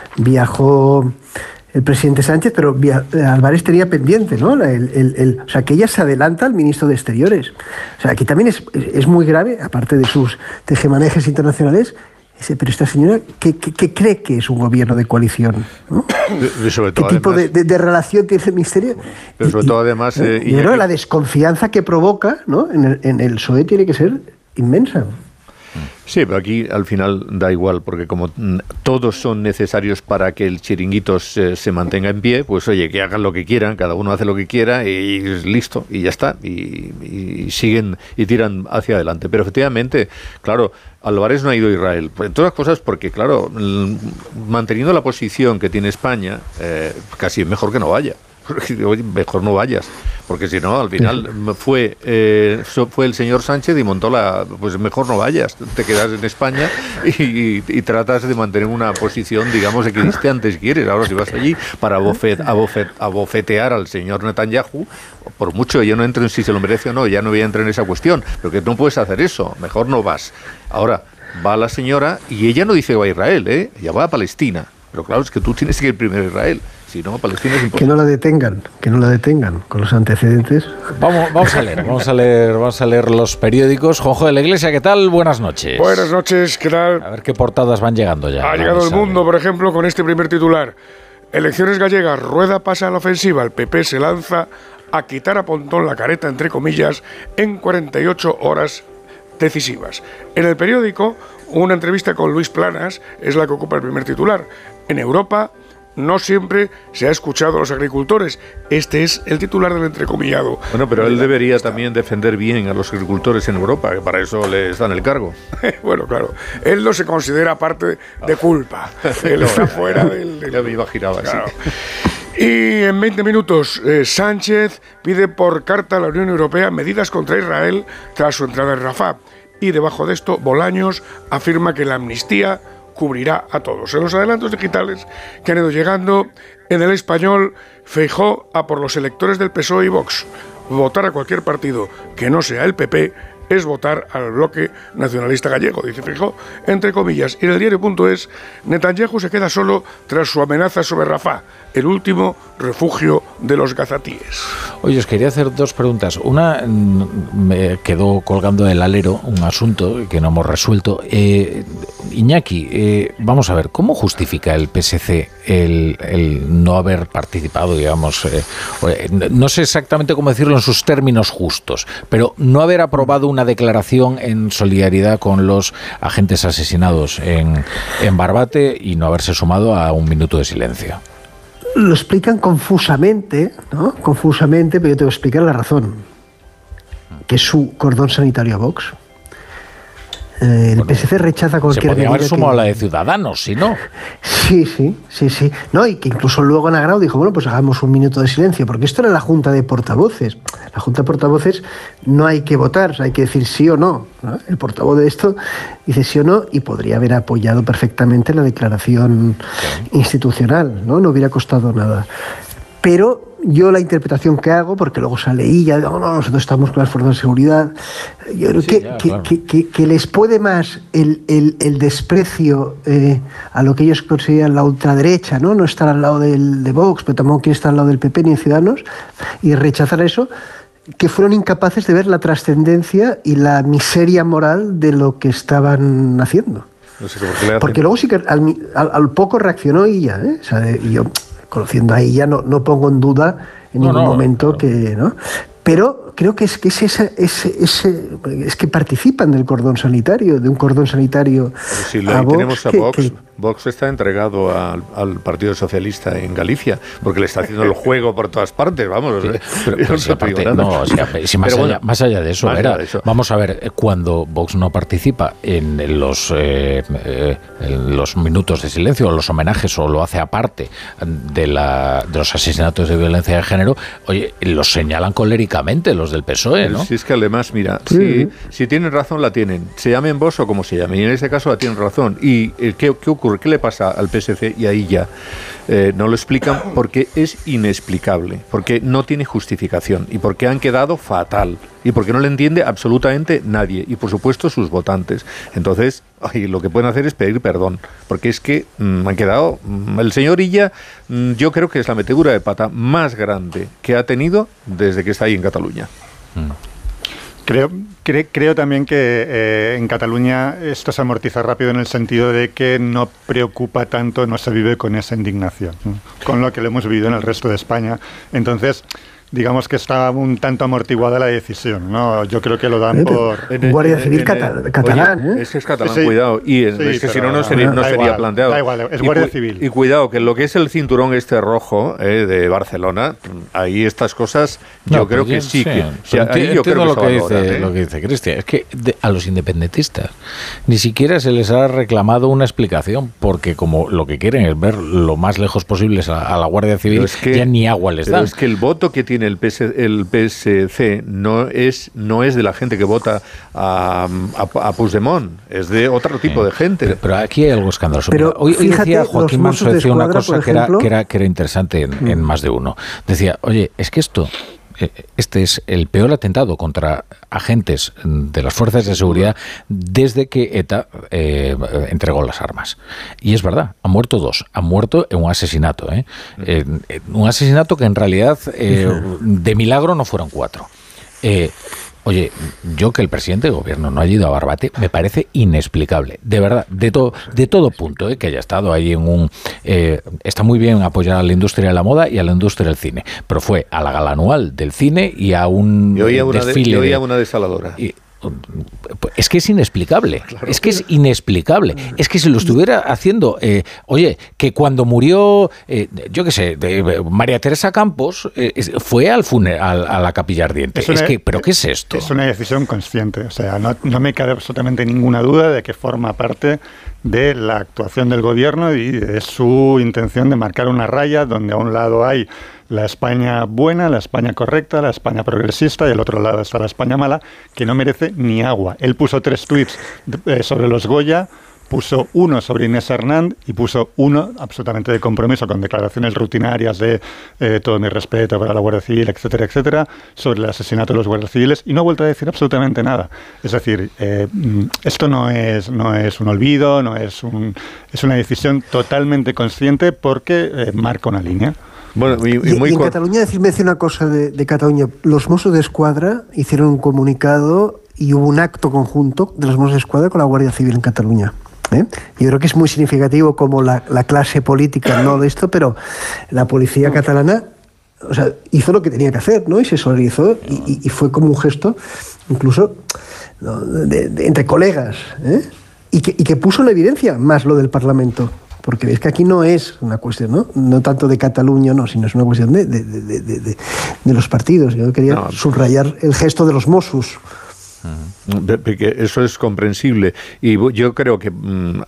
el presidente Sánchez, pero Álvarez tenía pendiente, ¿no? O sea, que ella se adelanta al ministro de Exteriores. O sea, aquí también es muy grave, aparte de sus tejemanejes internacionales, pero esta señora, ¿qué cree que es un gobierno de coalición? ¿No? Sobre todo, ¿qué tipo además, de relación tiene el ministerio? Pero sobre todo, además... yo creo que la desconfianza que provoca, ¿no?, en el PSOE tiene que ser inmensa. Sí, pero aquí al final da igual, porque como todos son necesarios para que el chiringuito se mantenga en pie, pues oye, que hagan lo que quieran, cada uno hace lo que quiera y listo, y ya está, y siguen y tiran hacia adelante. Pero efectivamente, claro, Álvarez no ha ido a Israel, entre todas las cosas porque, claro, manteniendo la posición que tiene España, casi es mejor que no vaya. Oye, mejor no vayas, porque si no, al final fue el señor Sánchez y montó pues mejor no vayas, te quedas en España y tratas de mantener una posición, digamos, equidistante si quieres. Ahora, si vas allí para abofetear al señor Netanyahu, por mucho yo no entro en si se lo merece o no, ya no voy a entrar en esa cuestión, pero que no puedes hacer eso, mejor no vas. Ahora, va la señora y ella no dice que va a Israel, ella va a Palestina, pero claro, es que tú tienes que ir primero a Israel. Si no, Palestina es imposible. Que no la detengan con los antecedentes. Vamos a leer los periódicos. Juanjo de la Iglesia, ¿qué tal? Buenas noches. Buenas noches, ¿qué tal? A ver qué portadas van llegando ya. Ha llegado El Mundo, por ejemplo, con este primer titular. Elecciones gallegas, Rueda pasa a la ofensiva. El PP se lanza a quitar a Pontón la careta, entre comillas, en 48 horas decisivas. En el periódico, una entrevista con Luis Planas es la que ocupa el primer titular. En Europa, no siempre se ha escuchado a los agricultores. Este es el titular del entrecomillado. Bueno, pero él debería también defender bien a los agricultores en Europa, que para eso les dan el cargo. Bueno, claro. Él no se considera parte de culpa. Él está fuera del... Ya me imaginaba, claro. Sí. Y en 20 minutos, Sánchez pide por carta a la Unión Europea medidas contra Israel tras su entrada en Rafah. Y debajo de esto, Bolaños afirma que la amnistía cubrirá a todos. En los adelantos digitales que han ido llegando, en El Español, Feijóo a por los electores del PSOE y Vox. Votar a cualquier partido que no sea el PP es votar al bloque nacionalista gallego, dice Feijóo, entre comillas. Y en el diario.es, Netanyahu se queda solo tras su amenaza sobre Rafah, el último refugio de los gazatíes. Oye, os quería hacer dos preguntas. Una, me quedó colgando del alero un asunto que no hemos resuelto. Iñaki, vamos a ver, ¿cómo justifica el PSC el no haber participado, digamos, no sé exactamente cómo decirlo en sus términos justos, pero no haber aprobado una declaración en solidaridad con los agentes asesinados en Barbate y no haberse sumado a un minuto de silencio? Lo explican confusamente, ¿no? Confusamente, pero yo te voy a explicar la razón. Que es su cordón sanitario a Vox. El PSC rechaza cualquier medida. Se podría haber sumado a la de Ciudadanos, si no. Sí. No, y que incluso luego en Agrado dijo, bueno, pues hagamos un minuto de silencio, porque esto era la Junta de Portavoces. La Junta de Portavoces no hay que votar, hay que decir sí o no, ¿no? El portavoz de esto dice sí o no y podría haber apoyado perfectamente la declaración institucional, ¿no? No hubiera costado nada. Pero yo la interpretación que hago, porque luego se leía, no, nosotros estamos con las fuerzas de seguridad, yo creo que les puede más el desprecio a lo que ellos consideran la ultraderecha, no estar al lado de Vox, pero tampoco quiere estar al lado del PP ni de Ciudadanos, y rechazar eso, que fueron incapaces de ver la trascendencia y la miseria moral de lo que estaban haciendo. No sé por qué le hacen. Porque luego sí que al poco reaccionó ella, ¿eh? O sea, y yo, conociendo a ella, no pongo en duda en ningún momento que, ¿no? Pero creo que es que participan del cordón sanitario, de un cordón sanitario. Pero si le tenemos a Vox, Vox está entregado al Partido Socialista en Galicia, porque le está haciendo el juego por todas partes, vamos. Más allá de eso, vamos a ver, cuando Vox no participa en los minutos de silencio o los homenajes o lo hace aparte de los asesinatos de violencia de género, oye, los señalan coléricamente los del PSOE, ¿no? Si es que además, mira, si tienen razón, la tienen. Se llamen Vox o como se llamen, y en este caso la tienen razón. ¿Y qué ocurre? ¿Qué le pasa al PSC? Y ahí ya no lo explican porque es inexplicable, porque no tiene justificación y porque han quedado fatal y porque no le entiende absolutamente nadie y por supuesto sus votantes. Entonces, lo que pueden hacer es pedir perdón, porque es que han quedado... El señor Illa, yo creo que es la metedura de pata más grande que ha tenido desde que está ahí en Cataluña. Creo también que en Cataluña esto se amortiza rápido en el sentido de que no preocupa tanto, no se vive con esa indignación, ¿no? Con lo que lo hemos vivido en el resto de España. Entonces, digamos que está un tanto amortiguada la decisión, ¿no? Yo creo que lo dan por... Guardia Civil catalán, Oye, es catalán, cuidado. Y es que si no sería planteado. Da igual, es Guardia Civil. Y cuidado, que lo que es el cinturón rojo de Barcelona, ahí estas cosas yo creo que sí. Entiendo lo que dice Cristian. Es que a los independentistas ni siquiera se les ha reclamado una explicación, porque como lo que quieren es ver lo más lejos posible a la Guardia Civil, ya ni agua les dan. Es que el voto que tiene el PSC no es de la gente que vota a Puigdemont, es de otro tipo de gente. Pero aquí hay algo escandaloso. Pero hoy decía Joaquín Manso, decía una cosa que era interesante en más de uno. Decía, oye, es que este es el peor atentado contra agentes de las fuerzas de seguridad desde que ETA entregó las armas. Y es verdad, han muerto 2. Han muerto en un asesinato. Un asesinato que en realidad de milagro no fueron 4. Oye, yo que el presidente de gobierno no haya ido a Barbate me parece inexplicable, de verdad, de todo punto, que haya estado ahí en un... está muy bien apoyar a la industria de la moda y a la industria del cine, pero fue a la gala anual del cine y a un desfile... Yo oía una desaladora. Es que es inexplicable, claro. Es que es inexplicable. Es que si lo estuviera haciendo, oye, que cuando murió, yo qué sé, María Teresa Campos, fue al funeral, a la capilla ardiente. ¿Pero qué es esto? Es una decisión consciente, o sea, no me cabe absolutamente ninguna duda de que forma parte de la actuación del gobierno y de su intención de marcar una raya donde a un lado hay la España buena, la España correcta, la España progresista, y al otro lado está la España mala, que no merece ni agua. Él puso 3 tuits sobre los Goya, puso uno sobre Inés Hernández y puso uno absolutamente de compromiso, con declaraciones rutinarias de todo mi respeto para la Guardia Civil, etcétera, etcétera, sobre el asesinato de los guardias civiles, y no ha vuelto a decir absolutamente nada. Es decir, esto no es un olvido, es una decisión totalmente consciente porque marca una línea. Bueno, y en Cataluña, decirme una cosa de Cataluña. Los Mossos de Escuadra hicieron un comunicado y hubo un acto conjunto de los Mossos de Escuadra con la Guardia Civil en Cataluña. Yo creo que es muy significativo como la clase política, no de esto, pero la policía catalana, o sea, hizo lo que tenía que hacer, ¿no? Y se solidarizó y fue como un gesto, incluso entre colegas, y que puso en evidencia más lo del Parlamento. Porque ves que aquí no es una cuestión, no tanto de Cataluña, sino es una cuestión de los partidos. Yo quería subrayar el gesto de los Mossos. Porque eso es comprensible, y yo creo que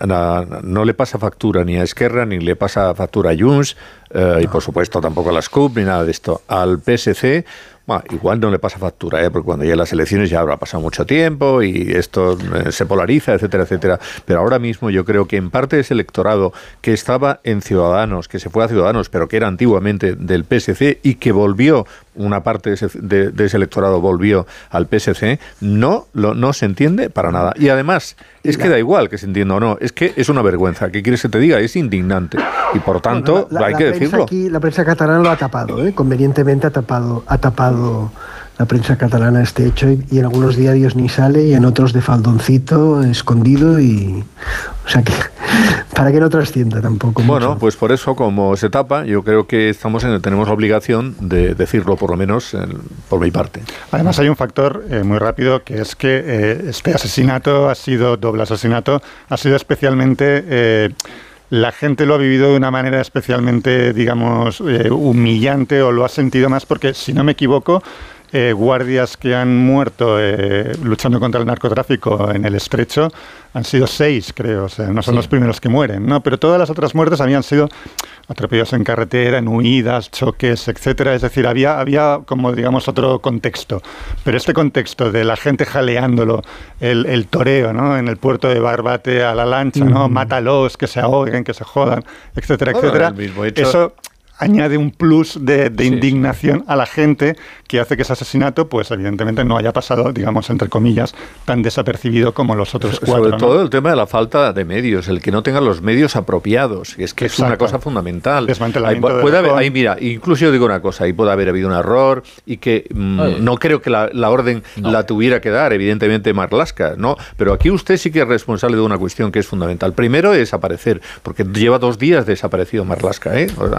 no le pasa factura ni a Esquerra, ni le pasa factura a Junts, y por supuesto tampoco a las CUP, ni nada de esto. Al PSC... Bueno, igual no le pasa factura, porque cuando lleguen las elecciones ya habrá pasado mucho tiempo y esto se polariza, etcétera, etcétera. Pero ahora mismo yo creo que en parte de ese electorado que estaba en Ciudadanos, que se fue a Ciudadanos, pero que era antiguamente del PSC y que volvió, una parte de ese electorado volvió al PSC, no se entiende para nada. Y además, es que da igual que se entienda o no, es que es una vergüenza. ¿Qué quieres que te diga? Es indignante. Y por tanto, hay que decirlo. Aquí, la prensa catalana lo ha tapado, convenientemente ha tapado la prensa catalana este hecho, y en algunos diarios ni sale y en otros de faldoncito, escondido, y o sea que para que no trascienda tampoco bueno, mucho. Pues por eso, como se tapa, yo creo que tenemos la obligación de decirlo, por lo menos por mi parte. Además hay un factor muy rápido, que es que este asesinato doble asesinato, ha sido especialmente... la gente lo ha vivido de una manera especialmente, digamos, humillante, o lo ha sentido más porque, si no me equivoco, guardias que han muerto luchando contra el narcotráfico en el Estrecho han sido 6, creo, o sea, no son los primeros que mueren, ¿no? Pero todas las otras muertes habían sido atropellados en carretera, en huidas, choques, etcétera. Es decir, había como, digamos, otro contexto. Pero este contexto de la gente jaleándolo, el toreo, ¿no? En el puerto de Barbate a la lancha, ¿no? Mátalos, que se ahoguen, que se jodan, etcétera, etcétera. Eso añade un plus de indignación a la gente, que hace que ese asesinato, pues evidentemente no haya pasado, digamos, entre comillas, tan desapercibido como los otros 4. Sobre todo el tema de la falta de medios, el que no tengan los medios apropiados, es que es una cosa fundamental. Desmantelamiento mira, incluso yo digo una cosa, ahí puede haber habido un error, y que no creo que la orden la tuviera que dar, evidentemente, Marlaska, ¿no? Pero aquí usted sí que es responsable de una cuestión que es fundamental. Primero, desaparecer, porque lleva 2 días desaparecido Marlaska, lleva 2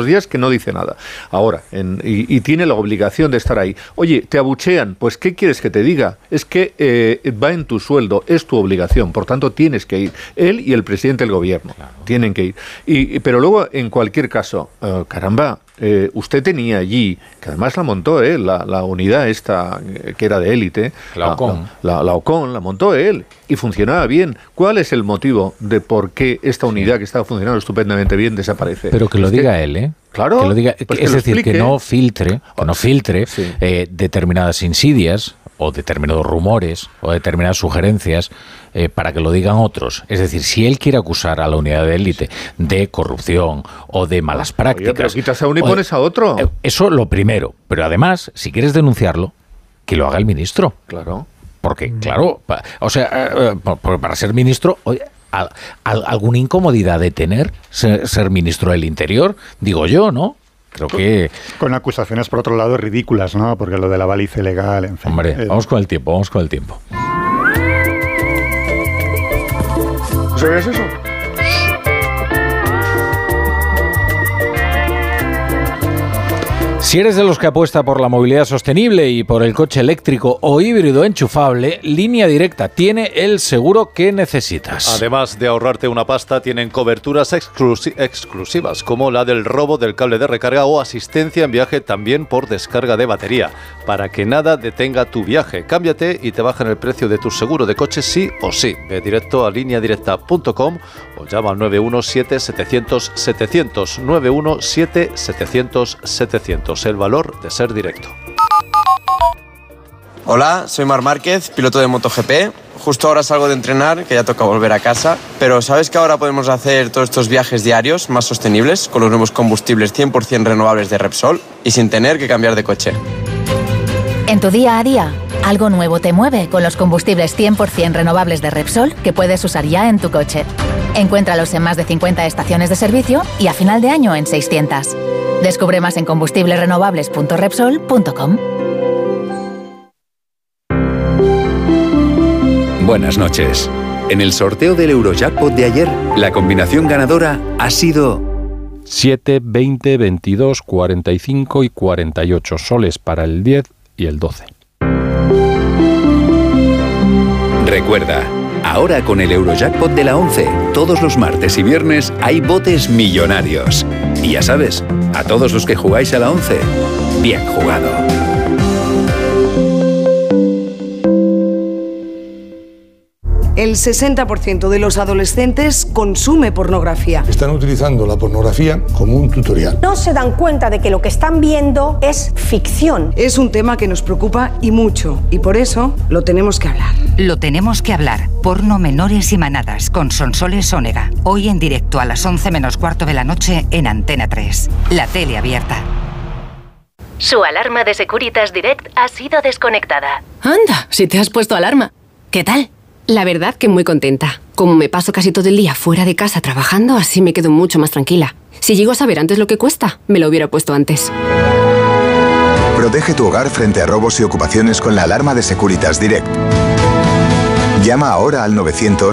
tantos días que no dice nada. Ahora, y tiene la obligación de estar ahí. Oye, te abuchean, pues ¿qué quieres que te diga? Es que va en tu sueldo, es tu obligación, por tanto tienes que ir. Él y el presidente del gobierno tienen que ir. Pero luego, en cualquier caso, caramba, usted tenía allí, que además la montó él, la unidad esta que era de élite, la OCON, la montó él y funcionaba bien. ¿Cuál es el motivo de por qué esta unidad que estaba funcionando estupendamente bien desaparece? Pero que lo diga él, ¿eh? Claro. Que lo diga, pues es decir, que no filtre determinadas insidias o determinados rumores o determinadas sugerencias para que lo digan otros. Es decir, si él quiere acusar a la unidad de élite de corrupción o de malas prácticas... Oye, pero quitas a uno y pones a otro. Eso lo primero. Pero además, si quieres denunciarlo, que lo haga el ministro. Claro. Porque, claro, para ser ministro... Oye, alguna incomodidad de tener ser ministro del Interior, digo yo, ¿no? Creo que... Con acusaciones, por otro lado, ridículas, ¿no? Porque lo de la baliza ilegal, en fin. Hombre, vamos con el tiempo. ¿Sabías eso? Si eres de los que apuesta por la movilidad sostenible y por el coche eléctrico o híbrido enchufable, Línea Directa tiene el seguro que necesitas. Además de ahorrarte una pasta, tienen coberturas exclusivas, como la del robo del cable de recarga o asistencia en viaje también por descarga de batería, para que nada detenga tu viaje. Cámbiate y te bajan el precio de tu seguro de coche sí o sí. Ve directo a lineadirecta.com o llama al 917-700-700, 917-700-700. El valor de ser directo. Hola, soy Marc Márquez, piloto de MotoGP. Justo ahora salgo de entrenar, que ya toca volver a casa. Pero ¿sabes que ahora podemos hacer todos estos viajes diarios más sostenibles con los nuevos combustibles 100% renovables de Repsol y sin tener que cambiar de coche? En tu día a día, algo nuevo te mueve con los combustibles 100% renovables de Repsol que puedes usar ya en tu coche. Encuéntralos en más de 50 estaciones de servicio y a final de año en 600. Descubre más en combustiblesrenovables.repsol.com. Buenas noches. En el sorteo del Eurojackpot de ayer, la combinación ganadora ha sido 7, 20, 22, 45 y 48 soles para el 10 y el 12. Recuerda, ahora con el Eurojackpot de la 11, todos los martes y viernes hay botes millonarios. Y ya sabes, a todos los que jugáis a la 11, bien jugado. El 60% de los adolescentes consume pornografía. Están utilizando la pornografía como un tutorial. No se dan cuenta de que lo que están viendo es ficción. Es un tema que nos preocupa y mucho, y por eso lo tenemos que hablar. Lo tenemos que hablar. Porno, menores y manadas con Sonsoles Onega. Hoy en directo a las 11 menos cuarto de la noche en Antena 3. La tele abierta. Su alarma de Securitas Direct ha sido desconectada. Anda, si te has puesto alarma. ¿Qué tal? La verdad que muy contenta. Como me paso casi todo el día fuera de casa trabajando, así me quedo mucho más tranquila. Si llego a saber antes lo que cuesta, me lo hubiera puesto antes. Protege tu hogar frente a robos y ocupaciones con la alarma de Securitas Direct. Llama ahora al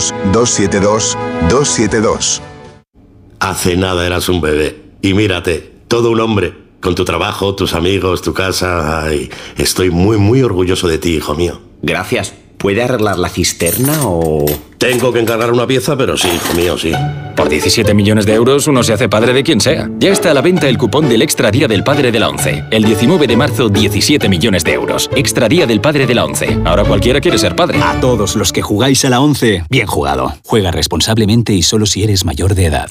900-272-272. Hace nada eras un bebé. Y mírate, todo un hombre. Con tu trabajo, tus amigos, tu casa. Ay, estoy muy orgulloso de ti, hijo mío. Gracias. ¿Puede arreglar la cisterna o...? Tengo que encargar una pieza, pero sí, hijo mío, sí. Por 17 millones de euros uno se hace padre de quien sea. Ya está a la venta el cupón del Extra Día del Padre de la ONCE. El 19 de marzo, 17 millones de euros. Extra Día del Padre de la ONCE. Ahora cualquiera quiere ser padre. A todos los que jugáis a la ONCE, bien jugado. Juega responsablemente y solo si eres mayor de edad.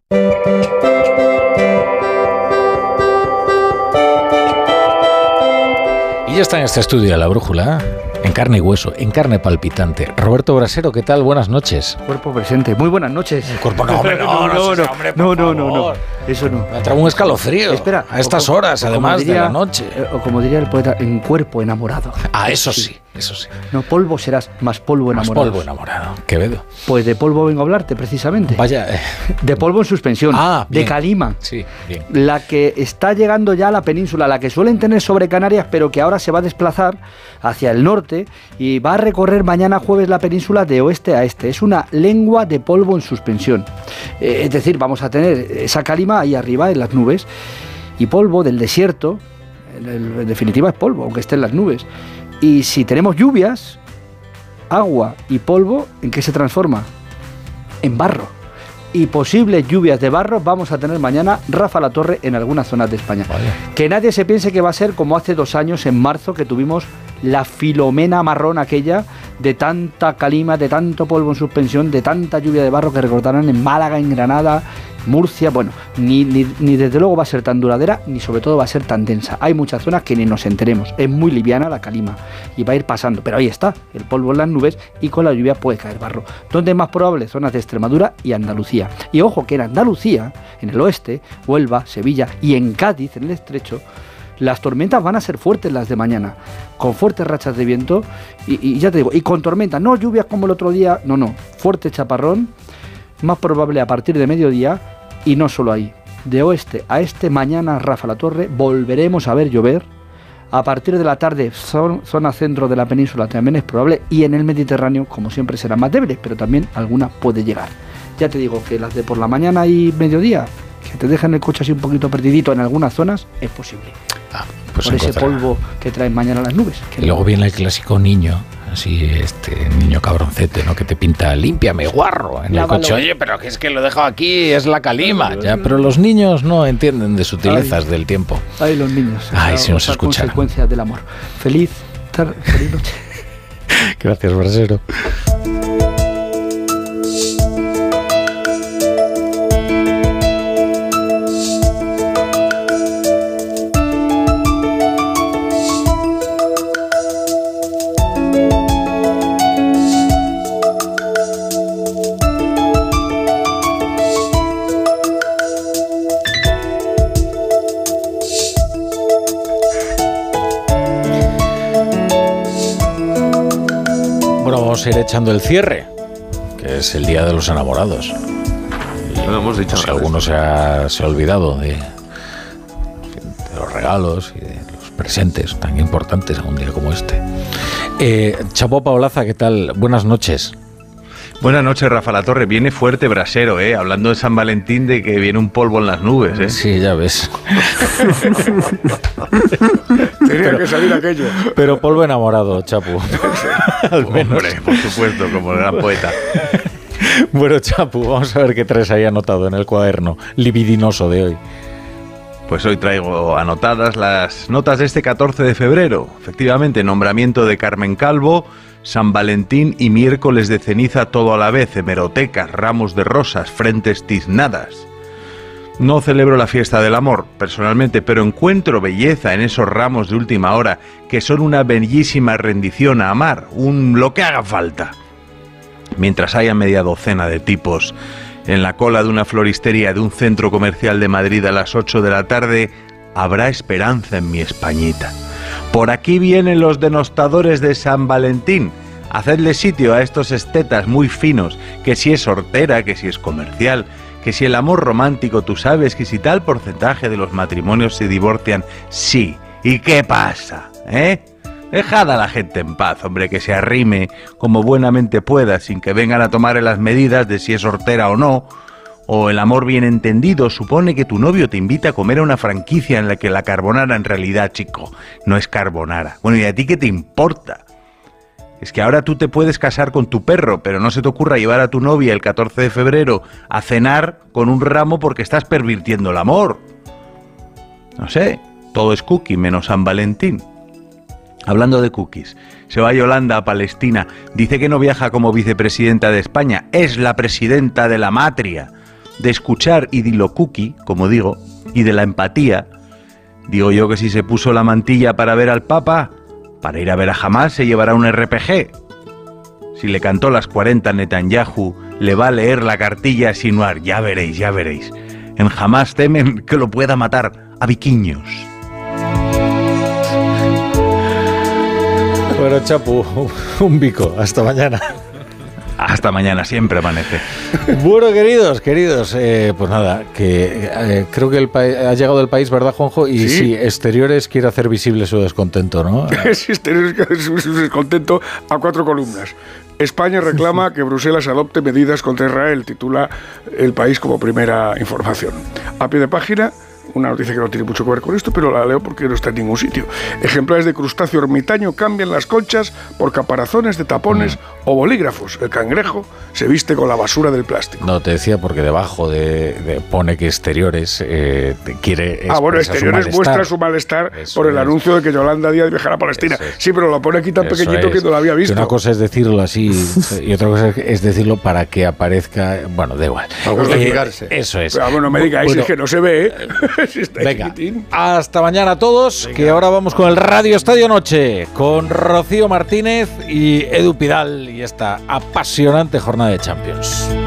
Y ya está en este estudio de La Brújula, en carne y hueso, en carne palpitante. Roberto Brasero, ¿qué tal? Buenas noches. Cuerpo presente. Muy buenas noches. Cuerpo no, hombre, no. Eso no. Me trae un escalofrío. Espera. A estas horas, además de la noche. O como diría el poeta, en cuerpo enamorado. Ah, eso sí. Eso sí. No, polvo serás, más polvo enamorado. Más polvo enamorado. Quevedo. Pues de polvo vengo a hablarte, precisamente. Vaya. De polvo en suspensión. Bien. De calima. Sí, bien. La que está llegando ya a la península, la que suelen tener sobre Canarias, pero que ahora se va a desplazar hacia el norte y va a recorrer mañana jueves la península de oeste a este. Es una lengua de polvo en suspensión. Es decir, vamos a tener esa calima ahí arriba en las nubes. y polvo del desierto, en definitiva es polvo, aunque esté en las nubes. Y si tenemos lluvias, agua y polvo, ¿en qué se transforma? En barro. Y posibles lluvias de barro vamos a tener mañana, Rafa La Torre, en algunas zonas de España. Vaya. Que nadie se piense que va a ser como hace 2 años, en marzo, que tuvimos la Filomena marrón aquella, de tanta calima, de tanto polvo en suspensión, de tanta lluvia de barro, que recordarán en Málaga, en Granada, Murcia. Bueno, ni desde luego va a ser tan duradera, ni sobre todo va a ser tan densa. Hay muchas zonas que ni nos enteremos. Es muy liviana la calima y va a ir pasando, pero ahí está, el polvo en las nubes, y con la lluvia puede caer barro. ¿Dónde es más probable? Zonas de Extremadura y Andalucía. Y ojo que en Andalucía, en el oeste, Huelva, Sevilla y en Cádiz, en el estrecho, las tormentas van a ser fuertes las de mañana, con fuertes rachas de viento y ya te digo, y con tormentas, no lluvias como el otro día, no, fuerte chaparrón, más probable a partir de mediodía. Y no solo ahí, de oeste a este, mañana, Rafa La Torre, volveremos a ver llover. A partir de la tarde, zona centro de la península también es probable, y en el Mediterráneo, como siempre, serán más débiles, pero también alguna puede llegar. Ya te digo que las de por la mañana y mediodía, que te dejan el coche así un poquito perdidito en algunas zonas, es posible. Pues por ese polvo que traen mañana las nubes. Y luego viene el clásico niño, así niño cabroncete, ¿no? Que te pinta, límpiame, guarro, en el coche. Oye, pero que es que lo he dejado aquí, es la calima. Ya, pero los niños no entienden de sutilezas del tiempo. Ay, los niños. Ay, si nos escuchan. Consecuencias del amor. Feliz noche. Gracias, Brasero. Ir echando el cierre, que es el Día de los Enamorados. Y lo hemos dicho. Si alguno se ha olvidado de los regalos y de los presentes tan importantes en un día como este. Chapo Paolaza, ¿qué tal? Buenas noches. Buenas noches, Rafa La Torre. Viene fuerte Brasero, hablando de San Valentín, de que viene un polvo en las nubes, Sí, ya ves. Tenía que salir aquello. Pero polvo enamorado, Chapu. Al menos. Hombre, por supuesto, como el gran poeta. Bueno, Chapu, vamos a ver qué traes ahí anotado en el cuaderno libidinoso de hoy. Pues hoy traigo anotadas las notas de este 14 de febrero. Efectivamente, nombramiento de Carmen Calvo, San Valentín y miércoles de ceniza todo a la vez, hemerotecas, ramos de rosas, frentes tiznadas. No celebro la fiesta del amor, personalmente, pero encuentro belleza en esos ramos de última hora que son una bellísima rendición a amar, lo que haga falta. Mientras haya media docena de tipos en la cola de una floristería de un centro comercial de Madrid a las 8 de la tarde, habrá esperanza en mi Españita. Por aquí vienen los denostadores de San Valentín. Hacedle sitio a estos estetas muy finos, que si es hortera, que si es comercial, que si el amor romántico, tú sabes que si tal porcentaje de los matrimonios se divorcian, sí. ¿Y qué pasa? Dejad a la gente en paz, hombre, que se arrime como buenamente pueda, sin que vengan a tomar las medidas de si es hortera o no. O el amor bien entendido supone que tu novio te invita a comer a una franquicia en la que la carbonara en realidad, chico, no es carbonara. Bueno, ¿y a ti qué te importa? Es que ahora tú te puedes casar con tu perro, pero no se te ocurra llevar a tu novia el 14 de febrero a cenar con un ramo porque estás pervirtiendo el amor. No sé, todo es cookie menos San Valentín. Hablando de cookies, se va Yolanda a Palestina, dice que no viaja como vicepresidenta de España, es la presidenta de la matria. De escuchar y de lo cookie, como digo, y de la empatía, digo yo que si se puso la mantilla para ver al Papa, para ir a ver a Hamas se llevará un RPG. Si le cantó las 40 a Netanyahu, le va a leer la cartilla a Sinuar, ya veréis, ya veréis. En Hamas temen que lo pueda matar a viquiños. Bueno, Chapu, un bico, hasta mañana. Hasta mañana, siempre amanece. Bueno, queridos, pues nada, que creo que ha llegado el país, ¿verdad, Juanjo? Y sí, Exteriores quiere hacer visible su descontento, ¿no? Sí, Exteriores quiere hacer su descontento a 4 columnas. España reclama que Bruselas adopte medidas contra Israel, titula El País como primera información. A pie de página, una noticia que no tiene mucho que ver con esto, pero la leo porque no está en ningún sitio. Ejemplares de crustáceo ermitaño cambian las conchas por caparazones de tapones o bolígrafos. El cangrejo se viste con la basura del plástico. No, te decía porque debajo pone que exteriores quiere bueno, exteriores muestra su malestar por el anuncio de que Yolanda Díaz viajará a Palestina. Sí, pero lo pone aquí tan pequeñito que no lo había visto. Una cosa es decirlo así y otra cosa es decirlo para que aparezca... Bueno, da igual. Eso es. Pero no me digáis, es que no se ve. Si está venga, hasta mañana a todos, que ahora vamos con el Radio Estadio Noche, con Rocío Martínez y Edu Pidal y esta apasionante jornada de Champions.